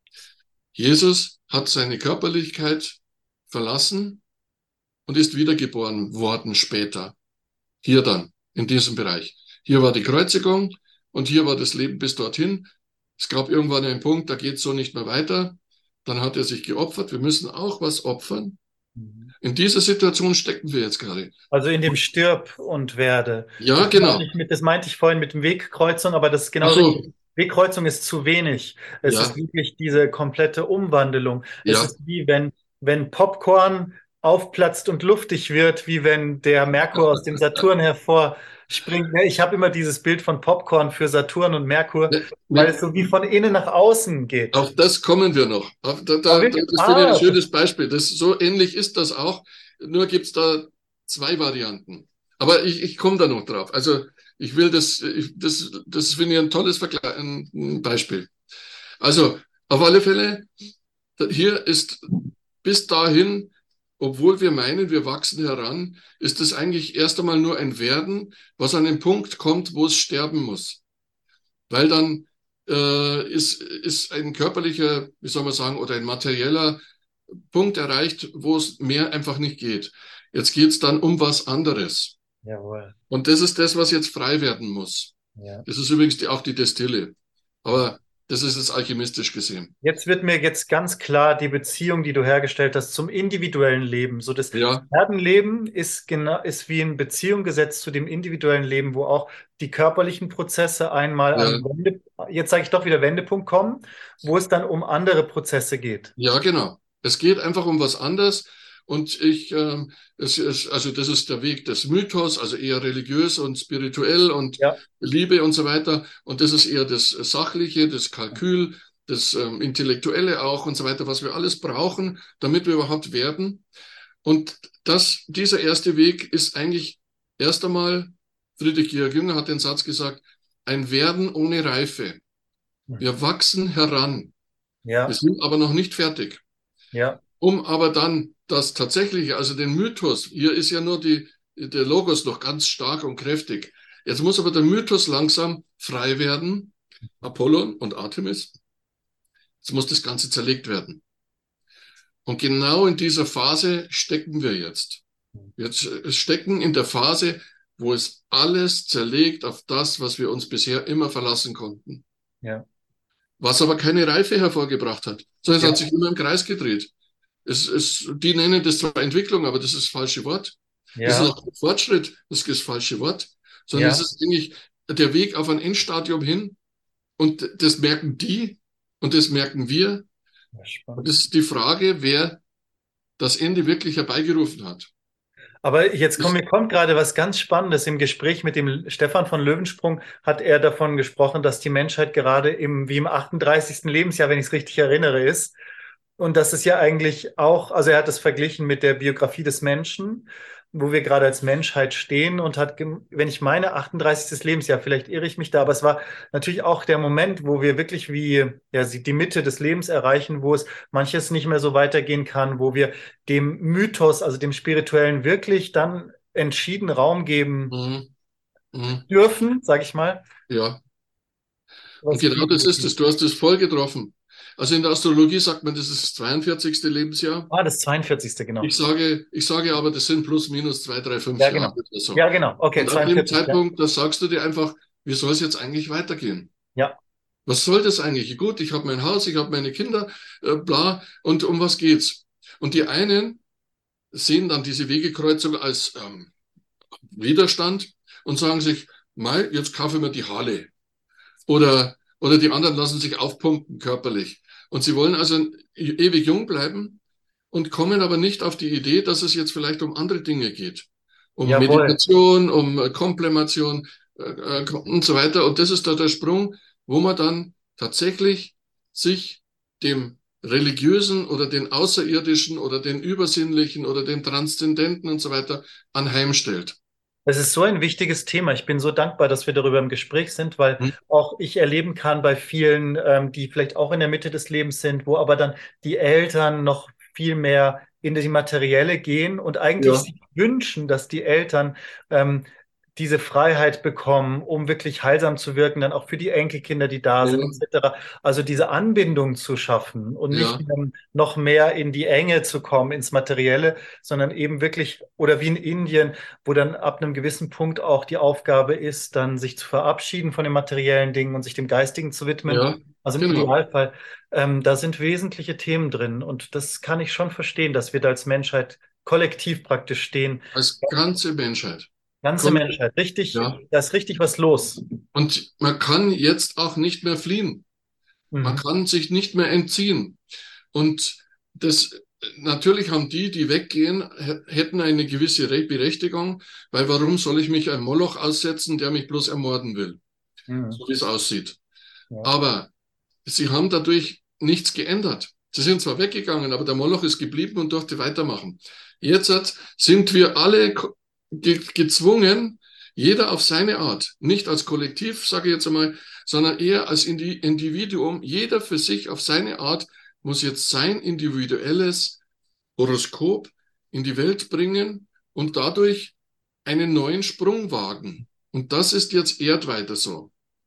Speaker 2: Jesus hat seine Körperlichkeit verlassen und ist wiedergeboren worden später. Hier dann, in diesem Bereich. Hier war die Kreuzigung und hier war das Leben bis dorthin. Es gab irgendwann einen Punkt, da geht es so nicht mehr weiter. Dann hat er sich geopfert. Wir müssen auch was opfern.
Speaker 3: Mhm.
Speaker 2: In dieser Situation stecken wir jetzt gerade.
Speaker 3: Also in dem Stirb und werde.
Speaker 2: Ja, genau.
Speaker 3: Das meinte ich vorhin mit dem Wegkreuzung, aber das ist
Speaker 2: Ach
Speaker 3: genau
Speaker 2: so,
Speaker 3: richtig. Wegkreuzung ist zu wenig. Es
Speaker 2: ja,
Speaker 3: ist wirklich diese komplette Umwandlung. Es
Speaker 2: ja.
Speaker 3: ist wie wenn Popcorn aufplatzt und luftig wird, wie wenn der Merkur aus dem Saturn hervorspringt. Ich habe immer dieses Bild von Popcorn für Saturn und Merkur,
Speaker 2: Ne,
Speaker 3: weil
Speaker 2: ne,
Speaker 3: es so wie von innen nach außen geht.
Speaker 2: auf das kommen wir noch.
Speaker 3: Aber wirklich,
Speaker 2: Das finde ich ein schönes Beispiel. So ähnlich ist das auch. Nur gibt es da 2 Varianten. Aber ich komme da noch drauf. Also ich will das finde ich ein tolles ein Beispiel. Also auf alle Fälle, hier ist bis dahin, obwohl wir meinen, wir wachsen heran, ist es eigentlich erst einmal nur ein Werden, was an den Punkt kommt, wo es sterben muss. Weil dann ist ein körperlicher, wie soll man sagen, oder ein materieller Punkt erreicht, wo es mehr einfach nicht geht. Jetzt geht es dann um was anderes.
Speaker 3: Jawohl.
Speaker 2: Und das ist das, was jetzt frei werden muss.
Speaker 3: Ja.
Speaker 2: Das ist übrigens auch die Destille. Aber das ist jetzt alchemistisch gesehen.
Speaker 3: Jetzt wird mir jetzt ganz klar die Beziehung, die du hergestellt hast, zum individuellen Leben. So das
Speaker 2: Ja,
Speaker 3: Herdenleben ist wie in Beziehung gesetzt zu dem individuellen Leben, wo auch die körperlichen Prozesse einmal
Speaker 2: ja,
Speaker 3: jetzt sage ich doch wieder Wendepunkt kommen, wo es dann um andere Prozesse geht.
Speaker 2: ja, genau. Es geht einfach um was anderes. Und also das ist der Weg des Mythos, also eher religiös und spirituell und
Speaker 3: Ja.
Speaker 2: Liebe und so weiter. Und das ist eher das Sachliche, das Kalkül, das Intellektuelle auch und so weiter, was wir alles brauchen, damit wir überhaupt werden. Und dieser erste Weg ist eigentlich erst einmal, Friedrich Georg Jünger hat den Satz gesagt, ein Werden ohne Reife. Wir wachsen heran. Wir
Speaker 3: Ja,
Speaker 2: sind aber noch nicht fertig.
Speaker 3: ja,
Speaker 2: Um aber dann das Tatsächliche, also den Mythos, hier ist ja nur der Logos noch ganz stark und kräftig. Jetzt muss aber der Mythos langsam frei werden, Apollon und Artemis. Jetzt muss das Ganze zerlegt werden. Und genau in dieser Phase stecken wir jetzt. Wir stecken in der Phase, wo es alles zerlegt auf das, was wir uns bisher immer verlassen konnten.
Speaker 3: ja,
Speaker 2: Was aber keine Reife hervorgebracht hat, sondern es
Speaker 3: ja,
Speaker 2: hat sich immer im Kreis gedreht. Die nennen das zwar Entwicklung, aber das ist das falsche Wort. Das ist
Speaker 3: ja,
Speaker 2: auch kein Fortschritt, das ist das falsche Wort, sondern es
Speaker 3: ja.
Speaker 2: ist eigentlich der Weg auf ein Endstadium hin und das merken die und das merken wir.
Speaker 3: Ja,
Speaker 2: Und
Speaker 3: spannend.
Speaker 2: es ist die Frage, wer das Ende wirklich herbeigerufen hat.
Speaker 3: Aber jetzt
Speaker 2: Das,
Speaker 3: mir kommt gerade was ganz Spannendes. Im Gespräch mit dem Stefan von Löwensprung hat er davon gesprochen, dass die Menschheit gerade wie im 38. Lebensjahr, wenn ich es richtig erinnere, ist. Und das ist ja eigentlich auch, also er hat es verglichen mit der Biografie des Menschen, wo wir gerade als Menschheit stehen und wenn ich meine, 38. Lebensjahr, vielleicht irre ich mich da, aber es war natürlich auch der Moment, wo wir wirklich die Mitte des Lebens erreichen, wo es manches nicht mehr so weitergehen kann, wo wir dem Mythos, also dem Spirituellen wirklich dann entschieden Raum geben
Speaker 2: mhm, mhm,
Speaker 3: dürfen, sage ich mal.
Speaker 2: ja, und
Speaker 3: Was
Speaker 2: genau
Speaker 3: geben
Speaker 2: das ist
Speaker 3: dürfen.
Speaker 2: es. Du hast es voll getroffen. Also in der Astrologie sagt man, das ist das 42. Lebensjahr.
Speaker 3: Ah, das 42. genau.
Speaker 2: Ich sage aber, das sind plus minus 2, 3, 5
Speaker 3: Ja,
Speaker 2: Jahre
Speaker 3: genau.
Speaker 2: oder so.
Speaker 3: Ja, genau. Okay,
Speaker 2: Und ab dem
Speaker 3: 42. Ja.
Speaker 2: Zeitpunkt, da sagst du dir einfach, wie soll es jetzt eigentlich weitergehen?
Speaker 3: Ja.
Speaker 2: Was soll das eigentlich? Gut, ich habe mein Haus, ich habe meine Kinder, bla, und um was geht's? Und die einen sehen dann diese Wegekreuzung als Widerstand und sagen sich, Mai, jetzt kaufe ich mir die Harley. Oder die anderen lassen sich aufpumpen körperlich. Und sie wollen also ewig jung bleiben und kommen aber nicht auf die Idee, dass es jetzt vielleicht um andere Dinge geht. Um
Speaker 3: Jawohl.
Speaker 2: Meditation, um Komplemation und so weiter. Und das ist da der Sprung, wo man dann tatsächlich sich dem Religiösen oder den Außerirdischen oder den Übersinnlichen oder den Transzendenten und so weiter anheimstellt.
Speaker 3: Es ist so ein wichtiges Thema. Ich bin so dankbar, dass wir darüber im Gespräch sind, weil
Speaker 2: Hm?
Speaker 3: auch ich erleben kann bei vielen, die vielleicht auch in der Mitte des Lebens sind, wo aber dann die Eltern noch viel mehr in die Materielle gehen und eigentlich
Speaker 2: Ja,
Speaker 3: sich wünschen, dass die Eltern diese Freiheit bekommen, um wirklich heilsam zu wirken, dann auch für die Enkelkinder, die da
Speaker 2: ja,
Speaker 3: sind, etc. Also diese Anbindung zu schaffen und nicht
Speaker 2: ja,
Speaker 3: noch mehr in die Enge zu kommen, ins Materielle, sondern eben wirklich, oder wie in Indien, wo dann ab einem gewissen Punkt auch die Aufgabe ist, dann sich zu verabschieden von den materiellen Dingen und sich dem Geistigen zu widmen.
Speaker 2: ja,
Speaker 3: Also im
Speaker 2: genau.
Speaker 3: Idealfall, da sind wesentliche Themen drin und das kann ich schon verstehen, dass wir da als Menschheit kollektiv praktisch stehen.
Speaker 2: Als ganze Menschheit.
Speaker 3: Ganze
Speaker 2: Komm,
Speaker 3: Menschheit, richtig,
Speaker 2: ja.
Speaker 3: da ist richtig was los.
Speaker 2: Und man kann jetzt auch nicht mehr fliehen. Man
Speaker 3: Mhm.
Speaker 2: kann sich nicht mehr entziehen. Und das, natürlich haben die weggehen, hätten eine gewisse Berechtigung, weil warum soll ich mich einem Moloch aussetzen, der mich bloß ermorden will?
Speaker 3: Mhm.
Speaker 2: So wie es aussieht.
Speaker 3: Ja.
Speaker 2: Aber sie haben dadurch nichts geändert. Sie sind zwar weggegangen, aber der Moloch ist geblieben und durfte weitermachen. Jetzt sind wir alle gezwungen, jeder auf seine Art, nicht als Kollektiv, sage ich jetzt einmal, sondern eher als Individuum, jeder für sich auf seine Art muss jetzt sein individuelles Horoskop in die Welt bringen und dadurch einen neuen Sprung wagen. Und das ist jetzt erdweiter so.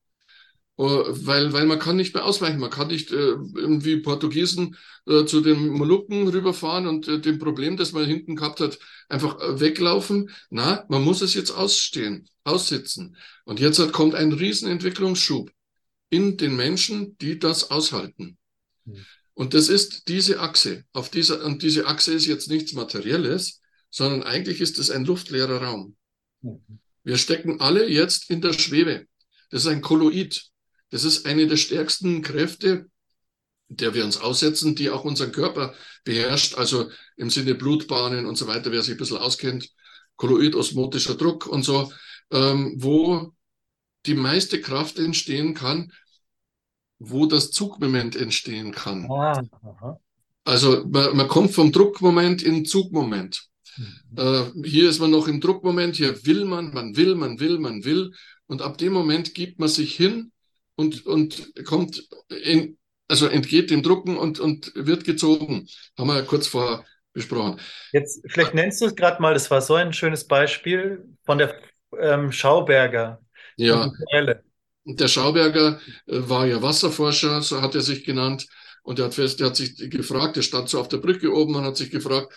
Speaker 2: Weil man kann nicht mehr ausweichen. Man kann nicht irgendwie Portugiesen zu den Molukken rüberfahren und dem Problem, das man hinten gehabt hat, einfach weglaufen. Na, man muss es jetzt aussitzen. Und kommt ein Riesenentwicklungsschub in den Menschen, die das aushalten.
Speaker 3: Mhm.
Speaker 2: Und das ist diese Achse. Und diese Achse ist jetzt nichts Materielles, sondern eigentlich ist es ein luftleerer Raum.
Speaker 3: Mhm.
Speaker 2: Wir stecken alle jetzt in der Schwebe. Das ist ein Kolloid. Das ist eine der stärksten Kräfte, der wir uns aussetzen, die auch unseren Körper beherrscht, also im Sinne Blutbahnen und so weiter, wer sich ein bisschen auskennt, Kolloid, osmotischer Druck und so, wo die meiste Kraft entstehen kann, wo das Zugmoment entstehen kann.
Speaker 3: Ah, aha.
Speaker 2: Also man kommt vom Druckmoment in Zugmoment. Hier ist man noch im Druckmoment, hier will man will, man will, man will. Und ab dem Moment gibt man sich hin und kommt also entgeht dem Drucken und wird gezogen. Haben wir ja kurz vorher besprochen.
Speaker 3: Jetzt, vielleicht nennst du es gerade mal, das war so ein schönes Beispiel von der Schauberger und
Speaker 2: Ja,
Speaker 3: die Forelle.
Speaker 2: der Schauberger war ja Wasserforscher, so hat er sich genannt. Und er hat sich gefragt, er stand so auf der Brücke oben und hat sich gefragt,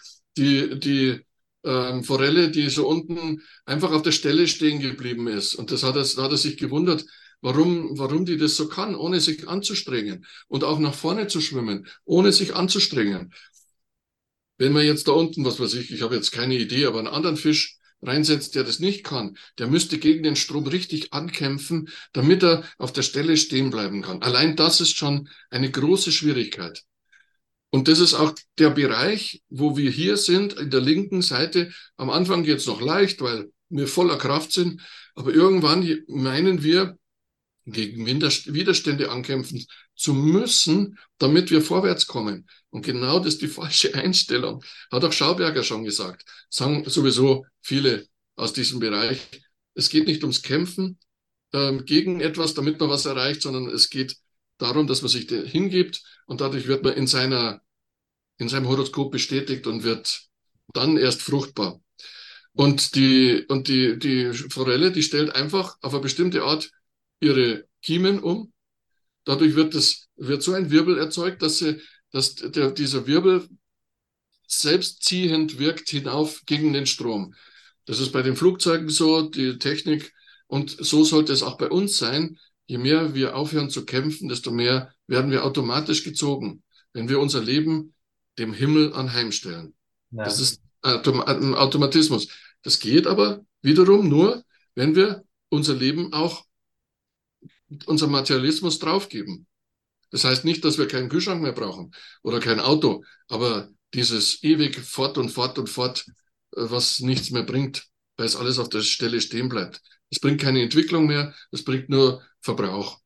Speaker 2: die Forelle, die so unten einfach auf der Stelle stehen geblieben ist. Und da hat er sich gewundert, warum die das so kann, ohne sich anzustrengen und auch nach vorne zu schwimmen, ohne sich anzustrengen. Wenn man jetzt da unten, was weiß ich habe jetzt keine Idee, aber einen anderen Fisch reinsetzt, der das nicht kann, der müsste gegen den Strom richtig ankämpfen, damit er auf der Stelle stehen bleiben kann. Allein das ist schon eine große Schwierigkeit. Und das ist auch der Bereich, wo wir hier sind, in der linken Seite. Am Anfang geht es noch leicht, weil wir voller Kraft sind. Aber irgendwann meinen wir, gegen Widerstände ankämpfen zu müssen, damit wir vorwärts kommen. Und genau das ist die falsche Einstellung. Hat auch Schauberger schon gesagt. Sagen sowieso viele aus diesem Bereich. Es geht nicht ums Kämpfen gegen etwas, damit man was erreicht, sondern es geht darum, dass man sich hingibt und dadurch wird man in seinem Horoskop bestätigt und wird dann erst fruchtbar. Und die Forelle, die stellt einfach auf eine bestimmte Art ihre Kiemen um. Dadurch wird so ein Wirbel erzeugt, dass dieser Wirbel selbstziehend wirkt hinauf gegen den Strom. Das ist bei den Flugzeugen so, die Technik. Und so sollte es auch bei uns sein. Je mehr wir aufhören zu kämpfen, desto mehr werden wir automatisch gezogen, wenn wir unser Leben dem Himmel anheimstellen.
Speaker 3: Ja.
Speaker 2: Das ist ein Automatismus. Das geht aber wiederum nur, wenn wir unser Leben auch unser Materialismus draufgeben. Das heißt nicht, dass wir keinen Kühlschrank mehr brauchen oder kein Auto, aber dieses ewig fort und fort und fort, was nichts mehr bringt, weil es alles auf der Stelle stehen bleibt. Es bringt keine Entwicklung mehr, es bringt nur Verbrauch.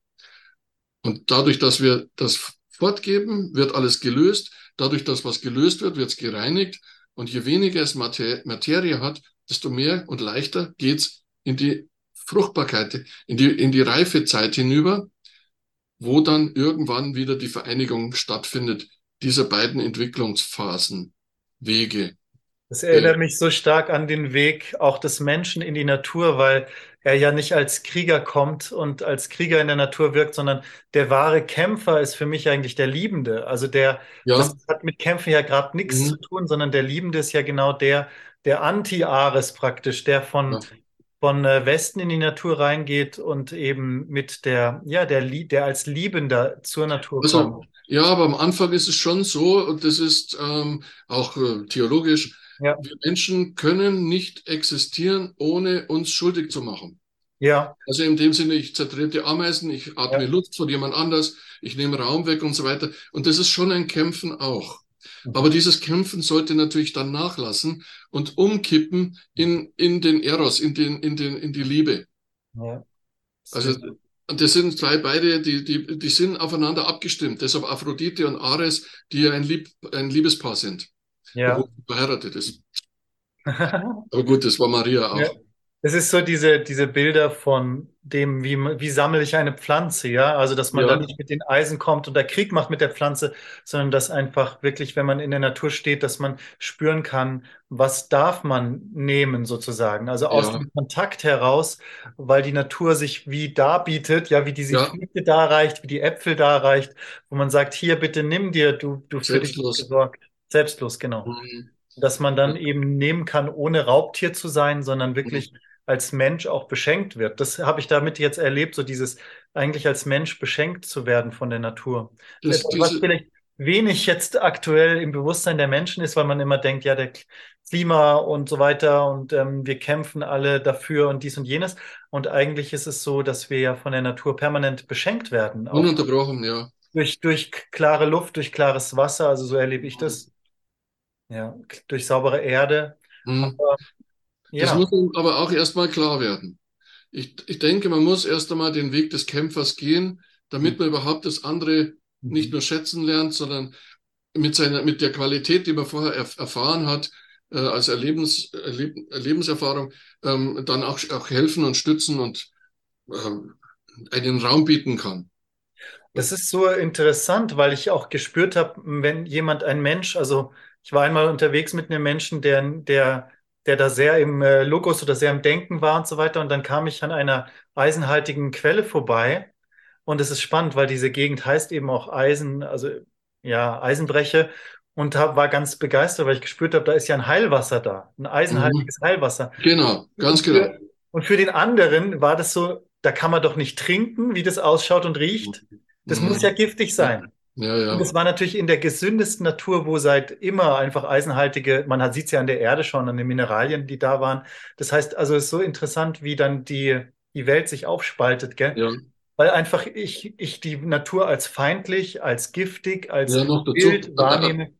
Speaker 2: Und dadurch, dass wir das fortgeben, wird alles gelöst. Dadurch, dass was gelöst wird, wird es gereinigt. Und je weniger es Materie hat, desto mehr und leichter geht's in die Fruchtbarkeit, in die Reifezeit hinüber, wo dann irgendwann wieder die Vereinigung stattfindet, dieser beiden Entwicklungsphasen, Wege.
Speaker 3: Das erinnert mich so stark an den Weg auch des Menschen in die Natur, weil er ja nicht als Krieger kommt und als Krieger in der Natur wirkt, sondern der wahre Kämpfer ist für mich eigentlich der Liebende. Also das hat mit Kämpfen ja gerade nichts zu tun, sondern der Liebende ist ja genau der Anti-Ares praktisch, der von Westen in die Natur reingeht und eben mit der als Liebender zur Natur kommt.
Speaker 2: Ja, aber am Anfang ist es schon so, und das ist auch theologisch,
Speaker 3: Ja.
Speaker 2: wir Menschen können nicht existieren, ohne uns schuldig zu machen.
Speaker 3: Ja.
Speaker 2: Also in dem Sinne, ich zertrete Ameisen, ich atme Luft von jemand anders, ich nehme Raum weg und so weiter. Und das ist schon ein Kämpfen auch. Aber dieses Kämpfen sollte natürlich dann nachlassen und umkippen in den Eros, in die Liebe.
Speaker 3: Ja.
Speaker 2: Also, das sind beide, die sind aufeinander abgestimmt. Deshalb Aphrodite und Ares, die ja ein Liebespaar sind.
Speaker 3: Ja.
Speaker 2: Obwohl sie verheiratet ist. Aber gut, das war Maria auch.
Speaker 3: Ja. Es ist so diese Bilder von dem, wie sammle ich eine Pflanze, ja? Also, dass man da nicht mit den Eisen kommt und da Krieg macht mit der Pflanze, sondern dass einfach wirklich, wenn man in der Natur steht, dass man spüren kann, was darf man nehmen sozusagen. Also aus dem Kontakt heraus, weil die Natur sich wie darbietet, ja, wie diese Früchte darreicht, wie die Äpfel darreicht, wo man sagt, hier, bitte nimm dir, du für dich gesorgt. Selbstlos, genau.
Speaker 2: Mhm.
Speaker 3: Dass man dann eben nehmen kann, ohne Raubtier zu sein, sondern wirklich als Mensch auch beschenkt wird. Das habe ich damit jetzt erlebt, so dieses eigentlich als Mensch beschenkt zu werden von der Natur. Was vielleicht wenig jetzt aktuell im Bewusstsein der Menschen ist, weil man immer denkt, ja, der Klima und so weiter und wir kämpfen alle dafür und dies und jenes. Und eigentlich ist es so, dass wir ja von der Natur permanent beschenkt werden.
Speaker 2: Ununterbrochen, ja.
Speaker 3: Durch klare Luft, durch klares Wasser, also so erlebe ich das. Ja, durch saubere Erde. Aber,
Speaker 2: das muss einem aber auch erstmal klar werden. Ich denke, man muss erst einmal den Weg des Kämpfers gehen, damit man überhaupt das andere nicht nur schätzen lernt, sondern mit der Qualität, die man vorher erfahren hat, als Lebenserfahrung dann auch helfen und stützen und einen Raum bieten kann.
Speaker 3: Das ist so interessant, weil ich auch gespürt habe, wenn jemand, ein Mensch, also ich war einmal unterwegs mit einem Menschen, der da sehr im Logos oder sehr im Denken war und so weiter. Und dann kam ich an einer eisenhaltigen Quelle vorbei. Und es ist spannend, weil diese Gegend heißt eben auch Eisen, also ja, Eisenbreche. Und war ganz begeistert, weil ich gespürt habe, da ist ja ein Heilwasser da, ein
Speaker 2: Mhm.
Speaker 3: eisenhaltiges Heilwasser.
Speaker 2: Genau, ganz
Speaker 3: Und
Speaker 2: genau.
Speaker 3: für den anderen war das so, da kann man doch nicht trinken, wie das ausschaut und riecht. Das muss ja
Speaker 2: Mhm.
Speaker 3: giftig
Speaker 2: Ja,
Speaker 3: sein.
Speaker 2: ja,
Speaker 3: Und
Speaker 2: ja.
Speaker 3: es war natürlich in der gesündesten Natur, wo seit immer einfach eisenhaltige, sieht es ja an der Erde schon, an den Mineralien, die da waren. Das heißt, also es ist so interessant, wie dann die Welt sich aufspaltet, gell?
Speaker 2: Ja,
Speaker 3: Weil einfach ich die Natur als feindlich, als giftig, als
Speaker 2: ja, noch dazu.
Speaker 3: wild wahrnehme.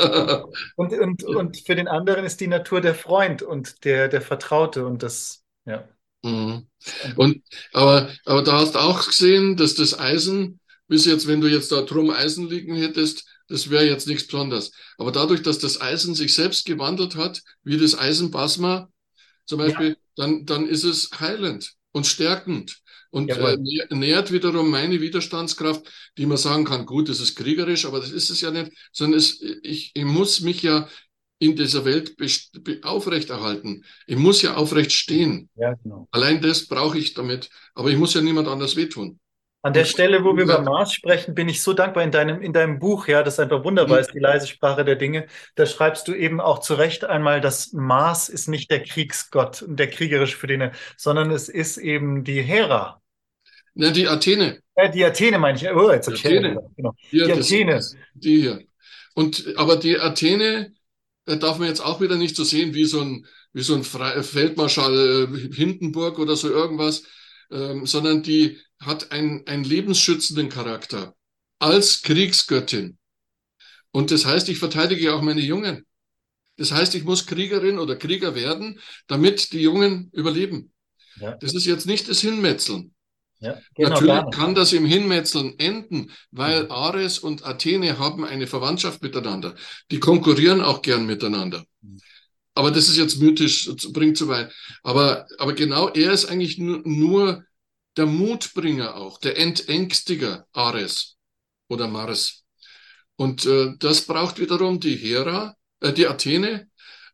Speaker 3: Und für den anderen ist die Natur der Freund und der Vertraute und das, ja.
Speaker 2: Mhm. Und, aber da hast du auch gesehen, dass das Eisen, bis jetzt, wenn du jetzt da drum Eisen liegen hättest, das wäre jetzt nichts Besonderes. Aber dadurch, dass das Eisen sich selbst gewandelt hat, wie das Eisenplasma zum
Speaker 3: Ja,
Speaker 2: Beispiel, dann ist es heilend und stärkend und
Speaker 3: jawohl.
Speaker 2: nährt wiederum meine Widerstandskraft, die man sagen kann, gut, das ist kriegerisch, aber das ist es ja nicht, sondern ich muss mich ja in dieser Welt aufrechterhalten. Ich muss ja aufrecht stehen.
Speaker 3: Ja, genau.
Speaker 2: Allein das brauche ich damit. Aber ich muss ja niemand anders wehtun.
Speaker 3: An der
Speaker 2: Und
Speaker 3: Stelle, wo
Speaker 2: wie
Speaker 3: wir über
Speaker 2: gesagt,
Speaker 3: Mars sprechen, bin ich so dankbar in deinem Buch, ja, das einfach wunderbar
Speaker 2: hm,
Speaker 3: ist, die leise Sprache der Dinge. Da schreibst du eben auch zu Recht einmal, dass Mars ist nicht der Kriegsgott und der kriegerische für den, sondern es ist eben die Hera.
Speaker 2: na, die Athene,
Speaker 3: Die Athene meine ich. Oh, jetzt
Speaker 2: die
Speaker 3: habe ich Hera
Speaker 2: Athene,
Speaker 3: gesagt. Genau.
Speaker 2: hier,
Speaker 3: Die Athene.
Speaker 2: die hier. Aber die Athene darf man jetzt auch wieder nicht so sehen wie so ein Feldmarschall Hindenburg oder so irgendwas, sondern die hat einen lebensschützenden Charakter als Kriegsgöttin. Und das heißt, ich verteidige auch meine Jungen. Das heißt, ich muss Kriegerin oder Krieger werden, damit die Jungen überleben.
Speaker 3: Ja,
Speaker 2: Das ist jetzt nicht das Hinmetzeln.
Speaker 3: ja, genau, gar
Speaker 2: Natürlich
Speaker 3: nicht.
Speaker 2: kann das im Hinmetzeln enden, weil
Speaker 3: Mhm.
Speaker 2: Ares und Athene haben eine Verwandtschaft miteinander. Die konkurrieren auch gern miteinander. Aber das ist jetzt mythisch, bringt zu weit. Aber genau er ist eigentlich nur der Mutbringer auch, der Entängstiger Ares oder Mars. Und das braucht wiederum die Hera, die Athene,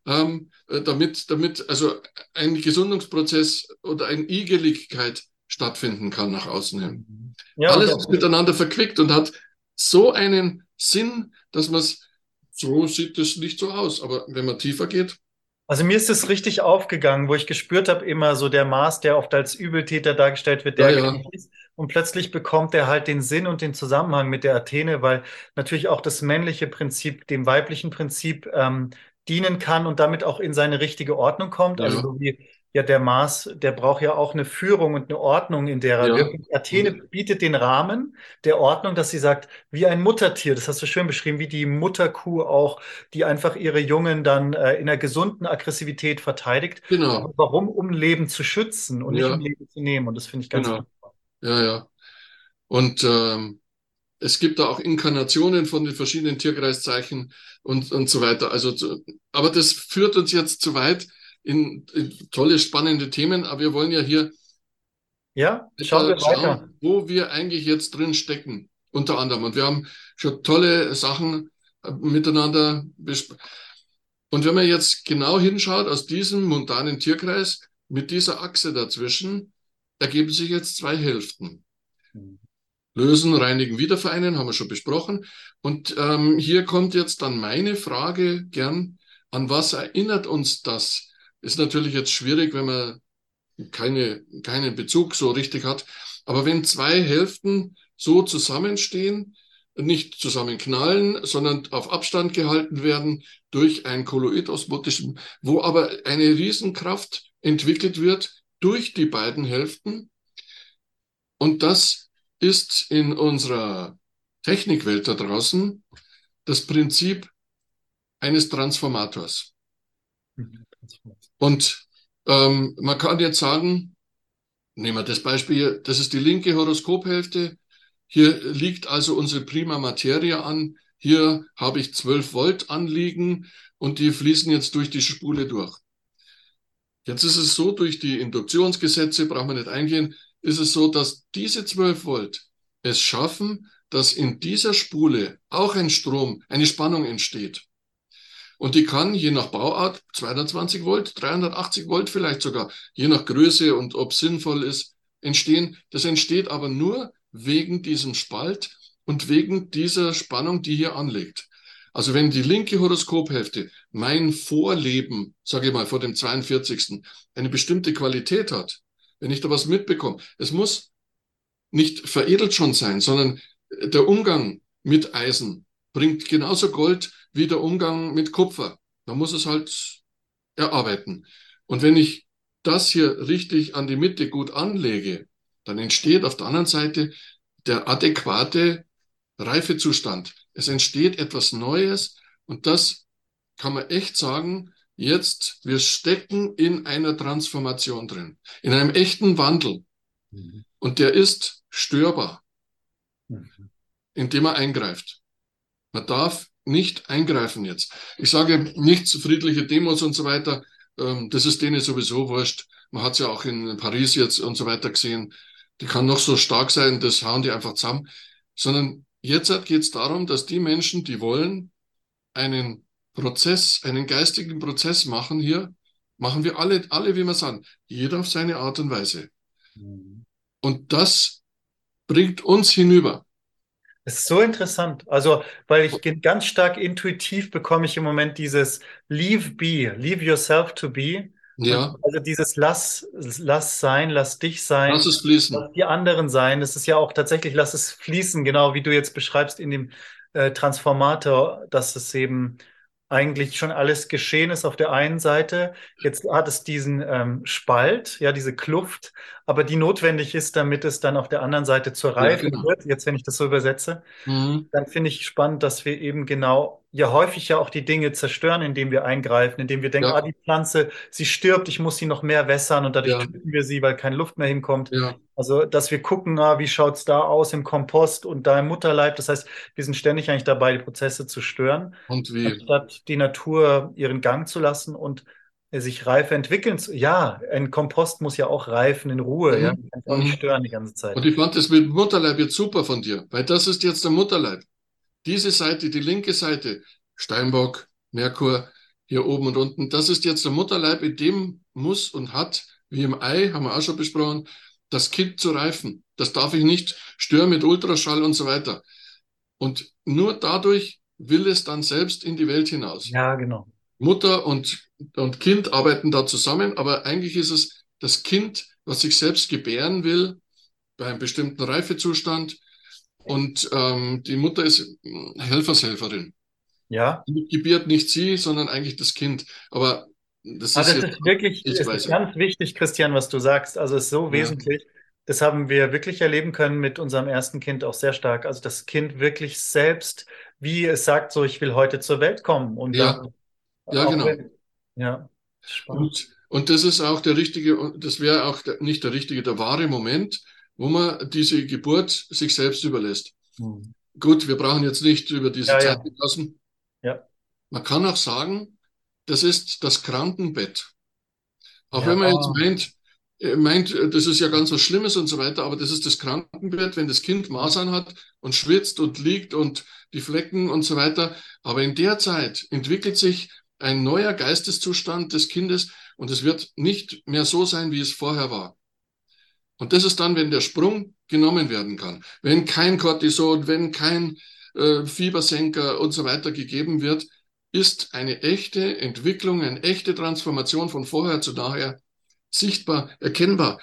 Speaker 2: damit also ein Gesundungsprozess oder eine Igeligkeit stattfinden kann nach außen hin.
Speaker 3: Mhm. Ja, und
Speaker 2: Alles
Speaker 3: auch
Speaker 2: ist miteinander verquickt und hat so einen Sinn, dass man es, so sieht es nicht so aus. Aber wenn man tiefer geht,
Speaker 3: also mir ist es richtig aufgegangen, wo ich gespürt habe, immer so der Mars, der oft als Übeltäter dargestellt wird,
Speaker 2: ja,
Speaker 3: der gar
Speaker 2: ja,
Speaker 3: nicht ist. Und plötzlich bekommt er halt den Sinn und den Zusammenhang mit der Athene, weil natürlich auch das männliche Prinzip dem weiblichen Prinzip dienen kann und damit auch in seine richtige Ordnung kommt. Also
Speaker 2: ja,
Speaker 3: so wie ja der Mars, der braucht ja auch eine Führung und eine Ordnung, in der er
Speaker 2: ja,
Speaker 3: wirkt. Athene bietet den Rahmen der Ordnung, dass sie sagt, wie ein Muttertier, das hast du schön beschrieben, wie die Mutterkuh auch, die einfach ihre Jungen dann in einer gesunden Aggressivität verteidigt.
Speaker 2: genau,
Speaker 3: Aber warum? Um Leben zu schützen und nicht um
Speaker 2: ja,
Speaker 3: Leben zu nehmen. Und das finde ich ganz
Speaker 2: genau,
Speaker 3: wunderbar.
Speaker 2: ja, ja. Und es gibt da auch Inkarnationen von den verschiedenen Tierkreiszeichen und so weiter. Aber das führt uns jetzt zu weit in tolle, spannende Themen. Aber wir wollen ja hier
Speaker 3: Ja, schauen wir
Speaker 2: weiter
Speaker 3: weiter.
Speaker 2: schauen, wo wir eigentlich jetzt drin stecken, unter anderem. Und wir haben schon tolle Sachen miteinander besprochen. Und wenn man jetzt genau hinschaut, aus diesem mundanen Tierkreis mit dieser Achse dazwischen, ergeben sich jetzt zwei Hälften. Lösen, reinigen, wiedervereinen, haben wir schon besprochen. Und hier kommt jetzt dann meine Frage gern, an was erinnert uns das? Ist natürlich jetzt schwierig, wenn man keinen Bezug so richtig hat. Aber wenn zwei Hälften so zusammenstehen, nicht zusammenknallen, sondern auf Abstand gehalten werden durch ein Kolloidosmotischen, wo aber eine Riesenkraft entwickelt wird durch die beiden Hälften. Und das ist in unserer Technikwelt da draußen das Prinzip eines Transformators. Und man kann jetzt sagen, nehmen wir das Beispiel, das ist die linke Horoskophälfte. Hier liegt also unsere Prima Materie an. hier habe ich 12 Volt anliegen und die fließen jetzt durch die Spule durch. Jetzt ist es so, durch die Induktionsgesetze, brauchen wir nicht eingehen, ist es so, dass diese 12 Volt es schaffen, dass in dieser Spule auch ein Strom, eine Spannung entsteht. Und die kann je nach Bauart 220 Volt, 380 Volt vielleicht sogar, je nach Größe und ob es sinnvoll ist, entstehen. Das entsteht aber nur wegen diesem Spalt und wegen dieser Spannung, die hier anliegt. Also wenn die linke Horoskophälfte, mein Vorleben, sage ich mal, vor dem 42., eine bestimmte Qualität hat, wenn ich da was mitbekomme, es muss nicht veredelt schon sein, sondern der Umgang mit Eisen bringt genauso Gold wie der Umgang mit Kupfer. Man muss es halt erarbeiten. Und wenn ich das hier richtig an die Mitte gut anlege, dann entsteht auf der anderen Seite der adäquate Reifezustand. Es entsteht etwas Neues und das kann man echt sagen, jetzt, wir stecken in einer Transformation drin, in einem echten Wandel. Und der ist störbar, indem er eingreift. Man darf nicht eingreifen jetzt. Ich sage nichts, friedliche Demos und so weiter, das ist denen sowieso wurscht. Man hat es ja auch in Paris jetzt und so weiter gesehen. Die kann noch so stark sein, das hauen die einfach zusammen. Sondern jetzt geht es darum, dass die Menschen, die wollen, einen Prozess, einen geistigen Prozess machen hier, machen wir alle, wie wir sagen, jeder auf seine Art und Weise. Und das bringt uns hinüber.
Speaker 3: Das ist so interessant. Also, weil ich ganz stark intuitiv bekomme ich im Moment dieses Leave be, leave yourself to be. Und
Speaker 2: Ja,
Speaker 3: also dieses lass sein, lass dich
Speaker 2: lass
Speaker 3: sein,
Speaker 2: es fließen.
Speaker 3: lass die anderen sein. Das ist ja auch tatsächlich, lass es fließen, genau wie du jetzt beschreibst in dem Transformator, dass es eben eigentlich schon alles geschehen ist auf der einen Seite. Jetzt hat es diesen Spalt, ja, diese Kluft, aber die notwendig ist, damit es dann auf der anderen Seite zur
Speaker 2: Ja,
Speaker 3: Reife
Speaker 2: genau.
Speaker 3: wird. Jetzt, wenn ich das so übersetze,
Speaker 2: Mhm.
Speaker 3: dann finde ich spannend, dass wir eben genau, ja häufig ja auch die Dinge zerstören, indem wir eingreifen, indem wir denken,
Speaker 2: Ja,
Speaker 3: ah, die Pflanze, sie stirbt, ich muss sie noch mehr wässern und dadurch
Speaker 2: ja,
Speaker 3: töten wir sie, weil keine Luft mehr hinkommt.
Speaker 2: ja.
Speaker 3: Also, dass wir gucken, ah, wie schaut's da aus im Kompost und da im Mutterleib. Das heißt, wir sind ständig eigentlich dabei, die Prozesse zu stören,
Speaker 2: Und wie?
Speaker 3: anstatt die Natur ihren Gang zu lassen und sich reife entwickeln zu. Ja, ein Kompost muss ja auch reifen in Ruhe, ja.
Speaker 2: Mhm.
Speaker 3: Man kann es auch nicht
Speaker 2: Mhm.
Speaker 3: stören die ganze Zeit.
Speaker 2: Und ich fand das mit dem Mutterleib jetzt super von dir, weil das ist jetzt der Mutterleib. Diese Seite, die linke Seite, Steinbock, Merkur, hier oben und unten, das ist jetzt der Mutterleib, in dem muss und hat, wie im Ei, haben wir auch schon besprochen, das Kind zu reifen. Das darf ich nicht stören mit Ultraschall und so weiter. Und nur dadurch will es dann selbst in die Welt hinaus.
Speaker 3: Ja, genau.
Speaker 2: Mutter und Kind arbeiten da zusammen, aber eigentlich ist es das Kind, was sich selbst gebären will, bei einem bestimmten Reifezustand. Und die Mutter ist Helfershelferin.
Speaker 3: Ja.
Speaker 2: Die gebiert nicht sie, sondern eigentlich das Kind. Aber das
Speaker 3: Ah,
Speaker 2: ist
Speaker 3: das
Speaker 2: jetzt
Speaker 3: ist wirklich, es ist
Speaker 2: Sichtweise.
Speaker 3: ganz wichtig, Christian, was du sagst. Also es ist so
Speaker 2: Ja,
Speaker 3: wesentlich. Das haben wir wirklich erleben können mit unserem ersten Kind auch sehr stark. Also das Kind wirklich selbst, wie es sagt, so, ich will heute zur Welt kommen. Und
Speaker 2: ja,
Speaker 3: dann
Speaker 2: ja,
Speaker 3: auch
Speaker 2: genau.
Speaker 3: wenn, ja, spannend.
Speaker 2: Und das ist auch der richtige, das wäre auch nicht der richtige, der wahre Moment, wo man diese Geburt sich selbst überlässt.
Speaker 3: Hm.
Speaker 2: Gut, wir brauchen jetzt nicht über diese
Speaker 3: Ja,
Speaker 2: Zeit
Speaker 3: ja,
Speaker 2: lassen.
Speaker 3: ja,
Speaker 2: Man kann auch sagen, das ist das Krankenbett. Auch
Speaker 3: ja,
Speaker 2: wenn man jetzt meint, das ist ja ganz was Schlimmes und so weiter, aber das ist das Krankenbett, wenn das Kind Masern hat und schwitzt und liegt und die Flecken und so weiter. Aber in der Zeit entwickelt sich ein neuer Geisteszustand des Kindes und es wird nicht mehr so sein, wie es vorher war. Und das ist dann, wenn der Sprung genommen werden kann. Wenn kein Cortison, wenn kein Fiebersenker und so weiter gegeben wird, ist eine echte Entwicklung, eine echte Transformation von vorher zu nachher sichtbar, erkennbar.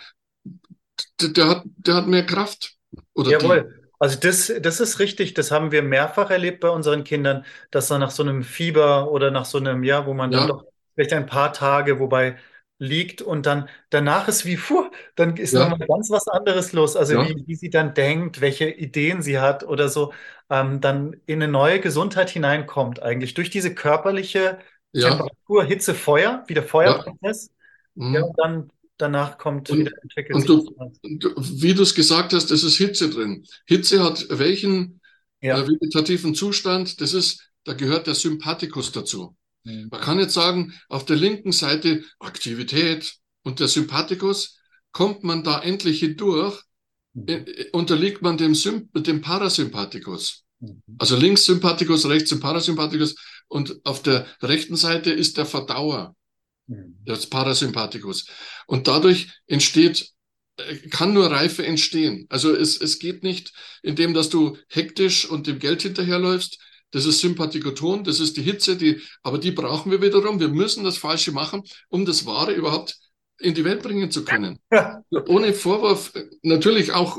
Speaker 2: Der hat mehr Kraft. Oder die.
Speaker 3: jawohl. Also das ist richtig, das haben wir mehrfach erlebt bei unseren Kindern, dass dann nach so einem Fieber oder nach so einem, ja, wo man dann
Speaker 2: Ja,
Speaker 3: doch vielleicht ein paar Tage, wobei liegt und dann danach ist wie, puh, dann ist
Speaker 2: ja,
Speaker 3: nochmal ganz was anderes los. Also
Speaker 2: ja,
Speaker 3: wie sie dann denkt, welche Ideen sie hat oder so, dann in eine neue Gesundheit hineinkommt, eigentlich durch diese körperliche
Speaker 2: ja,
Speaker 3: Temperatur, Hitze, Feuer, wie der
Speaker 2: ja.
Speaker 3: Feuerprozess. Ja,
Speaker 2: Mhm.
Speaker 3: und dann danach kommt wieder,
Speaker 2: Und,
Speaker 3: entwickelt
Speaker 2: und
Speaker 3: sich was
Speaker 2: du,
Speaker 3: Neues.
Speaker 2: wie du es gesagt hast, es ist Hitze drin. Hitze hat welchen
Speaker 3: Ja.
Speaker 2: vegetativen Zustand, da gehört der Sympathikus dazu.
Speaker 3: Mhm.
Speaker 2: Man kann jetzt sagen, auf der linken Seite Aktivität und der Sympathikus, kommt man da endlich hindurch,
Speaker 3: Mhm.
Speaker 2: unterliegt man dem Parasympathikus.
Speaker 3: Mhm.
Speaker 2: Also links Sympathikus, rechts Parasympathikus und auf der rechten Seite ist der Verdauer,
Speaker 3: Mhm.
Speaker 2: das Parasympathikus. Und dadurch kann nur Reife entstehen. Also es geht nicht, indem dass du hektisch und dem Geld hinterherläufst. Das ist Sympathikoton, das ist die Hitze, aber die brauchen wir wiederum. Wir müssen das Falsche machen, um das Wahre überhaupt in die Welt bringen zu können. Ohne Vorwurf, natürlich auch,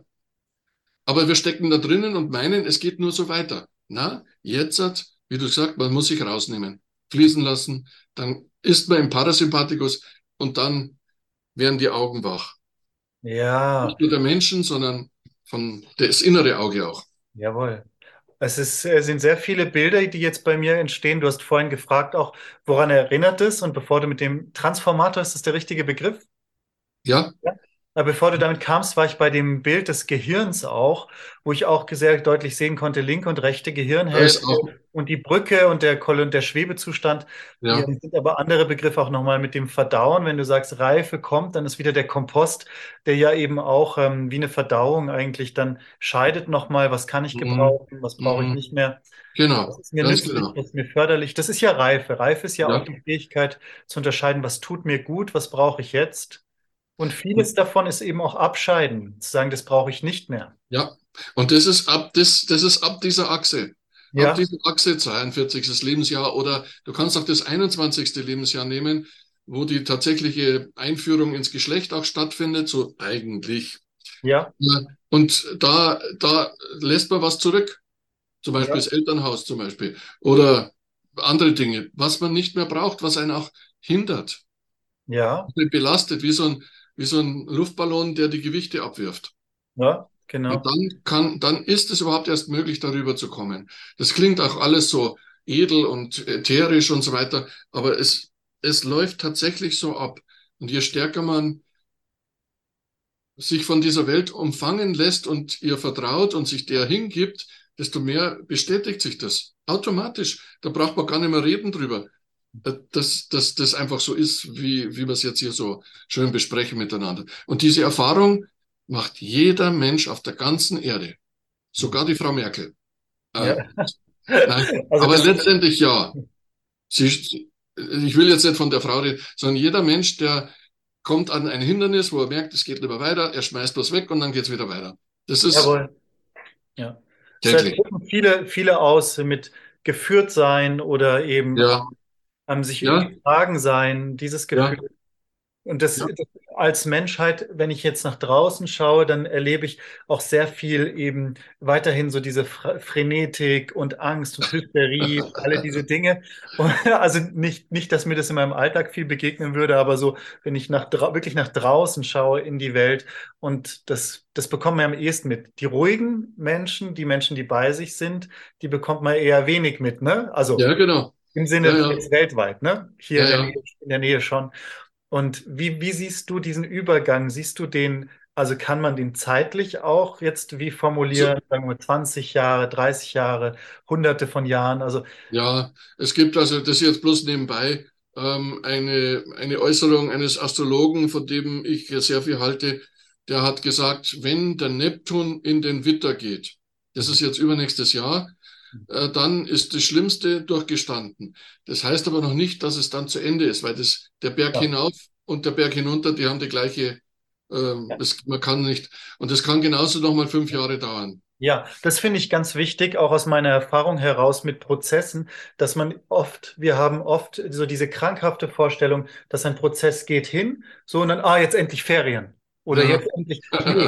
Speaker 2: aber wir stecken da drinnen und meinen, es geht nur so weiter. Na, jetzt hat, wie du gesagt, man muss sich rausnehmen, fließen lassen, dann ist man im Parasympathikus und dann werden die Augen wach.
Speaker 3: Ja,
Speaker 2: Nicht nur der Menschen, sondern das innere Auge auch.
Speaker 3: jawohl. Es sind sehr viele Bilder, die jetzt bei mir entstehen. Du hast vorhin gefragt auch, woran erinnert es? Und bevor du mit dem Transformator, ist das der richtige Begriff?
Speaker 2: Ja,
Speaker 3: Ja. Aber bevor du damit kamst, war ich bei dem Bild des Gehirns auch, wo ich auch sehr deutlich sehen konnte, linke und rechte
Speaker 2: da ist
Speaker 3: Gehirnhälfte
Speaker 2: auch,
Speaker 3: und die Brücke und der Schwebezustand. Ja,
Speaker 2: ja,
Speaker 3: das sind aber andere Begriffe auch nochmal mit dem Verdauen. Wenn du sagst, Reife kommt, dann ist wieder der Kompost, der ja eben auch wie eine Verdauung eigentlich dann scheidet nochmal, was kann ich
Speaker 2: mhm,
Speaker 3: gebrauchen, was brauche ich
Speaker 2: mhm,
Speaker 3: nicht mehr.
Speaker 2: genau,
Speaker 3: Was ist mir
Speaker 2: ganz
Speaker 3: nützlich,
Speaker 2: genau.
Speaker 3: was ist mir förderlich? Das ist ja Reife. Reife ist ja auch
Speaker 2: Ja,
Speaker 3: die Fähigkeit zu unterscheiden, was tut mir gut, was brauche ich jetzt. Und vieles davon ist eben auch Abscheiden, zu sagen, das brauche ich nicht mehr.
Speaker 2: ja. Und das ist ab dieser Achse. Ab
Speaker 3: Ja,
Speaker 2: dieser Achse, 42. Lebensjahr oder du kannst auch das 21. Lebensjahr nehmen, wo die tatsächliche Einführung ins Geschlecht auch stattfindet, so eigentlich.
Speaker 3: ja,
Speaker 2: Ja. Und da lässt man was zurück, zum Beispiel
Speaker 3: ja,
Speaker 2: das Elternhaus zum Beispiel oder andere Dinge, was man nicht mehr braucht, was einen auch hindert,
Speaker 3: ja,
Speaker 2: belastet, wie so ein Luftballon, der die Gewichte abwirft.
Speaker 3: ja,
Speaker 2: Und
Speaker 3: genau.
Speaker 2: dann ist es überhaupt erst möglich, darüber zu kommen. Das klingt auch alles so edel und ätherisch und so weiter, aber es läuft tatsächlich so ab. Und je stärker man sich von dieser Welt umfangen lässt und ihr vertraut und sich der hingibt, desto mehr bestätigt sich das automatisch. Da braucht man gar nicht mehr reden drüber, dass das einfach so ist, wie wir es jetzt hier so schön besprechen miteinander. Und diese Erfahrung macht jeder Mensch auf der ganzen Erde, sogar die Frau Merkel.
Speaker 3: Ja.
Speaker 2: Äh, nein,
Speaker 3: Also
Speaker 2: aber
Speaker 3: das,
Speaker 2: letztendlich ja. Ich will jetzt nicht von der Frau reden, sondern jeder Mensch, der kommt an ein Hindernis, wo er merkt, es geht nicht mehr weiter, er schmeißt was weg und dann geht es wieder weiter. Das ist
Speaker 3: jawohl, ja. So
Speaker 2: täglich.
Speaker 3: drücken viele aus mit geführt sein oder eben
Speaker 2: Ja,
Speaker 3: sich
Speaker 2: ja,
Speaker 3: getragen sein, dieses
Speaker 2: ja,
Speaker 3: Gefühl. Und das
Speaker 2: ja.
Speaker 3: als Menschheit, wenn ich jetzt nach draußen schaue, dann erlebe ich auch sehr viel eben weiterhin so diese Frenetik und Angst und Hysterie, alle diese Dinge. Und, also nicht, dass mir das in meinem Alltag viel begegnen würde, aber so, wenn ich wirklich nach draußen schaue in die Welt und das bekommt man am ehesten mit. Die ruhigen Menschen, die Menschen, die bei sich sind, die bekommt man eher wenig mit, ne? Also
Speaker 2: Ja, genau.
Speaker 3: im
Speaker 2: Ja,
Speaker 3: Sinne
Speaker 2: ja,
Speaker 3: jetzt weltweit, ne? Hier
Speaker 2: ja, ja.
Speaker 3: In der Nähe schon. Und wie siehst du diesen Übergang? Siehst du den, also kann man den zeitlich auch jetzt wie
Speaker 2: So,
Speaker 3: formulieren, sagen wir 20 Jahre, 30 Jahre, hunderte von Jahren? Also,
Speaker 2: ja, es gibt also, das jetzt bloß nebenbei, eine Äußerung eines Astrologen, von dem ich sehr viel halte, der hat gesagt, wenn der Neptun in den Widder geht, das ist jetzt übernächstes Jahr, dann ist das Schlimmste durchgestanden. Das heißt aber noch nicht, dass es dann zu Ende ist, weil der Berg
Speaker 3: ja.
Speaker 2: hinauf und der Berg hinunter, die haben die gleiche, man kann nicht, und das kann genauso nochmal 5 Jahre dauern.
Speaker 3: Ja, das finde ich ganz wichtig, auch aus meiner Erfahrung heraus mit Prozessen, dass wir haben oft so diese krankhafte Vorstellung, dass ein Prozess geht hin, so und dann, jetzt endlich Ferien. Oder
Speaker 2: Ja.
Speaker 3: jetzt endlich,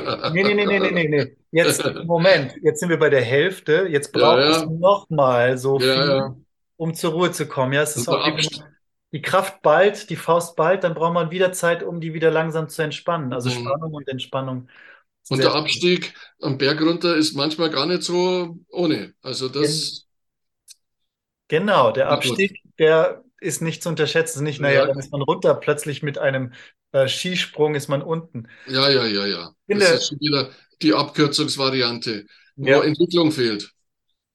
Speaker 3: nee. Jetzt, Moment, jetzt sind wir bei der Hälfte, jetzt
Speaker 2: Ja,
Speaker 3: braucht es
Speaker 2: ja,
Speaker 3: noch mal so
Speaker 2: ja,
Speaker 3: viel,
Speaker 2: ja.
Speaker 3: um zur Ruhe zu kommen. Ja, es ist
Speaker 2: Und der
Speaker 3: auch wie wenn
Speaker 2: Abstand,
Speaker 3: man die Kraft ballt, die Faust ballt, dann braucht man wieder Zeit, um die wieder langsam zu entspannen. Also Spannung und Entspannung.
Speaker 2: und
Speaker 3: Sehr
Speaker 2: der Abstieg am Berg runter ist manchmal gar nicht so ohne. Also
Speaker 3: schön.
Speaker 2: das,
Speaker 3: Genau, der Abstieg, der ist nicht zu unterschätzen. Es ist nicht, naja,
Speaker 2: ja,
Speaker 3: dann ist man runter, plötzlich mit einem Skisprung ist man unten.
Speaker 2: ja, ja, ja, ja.
Speaker 3: Ich
Speaker 2: Das ist
Speaker 3: finde,
Speaker 2: schon wieder die Abkürzungsvariante, wo
Speaker 3: ja,
Speaker 2: Entwicklung fehlt.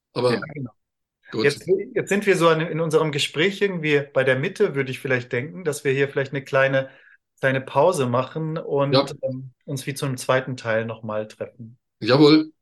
Speaker 3: Ja,
Speaker 2: Aber
Speaker 3: genau.
Speaker 2: gut.
Speaker 3: Jetzt sind wir so in unserem Gespräch irgendwie bei der Mitte, würde ich vielleicht denken, dass wir hier vielleicht eine kleine Pause machen
Speaker 2: Ja,
Speaker 3: und uns wie zu einem zweiten Teil nochmal treffen.
Speaker 2: jawohl.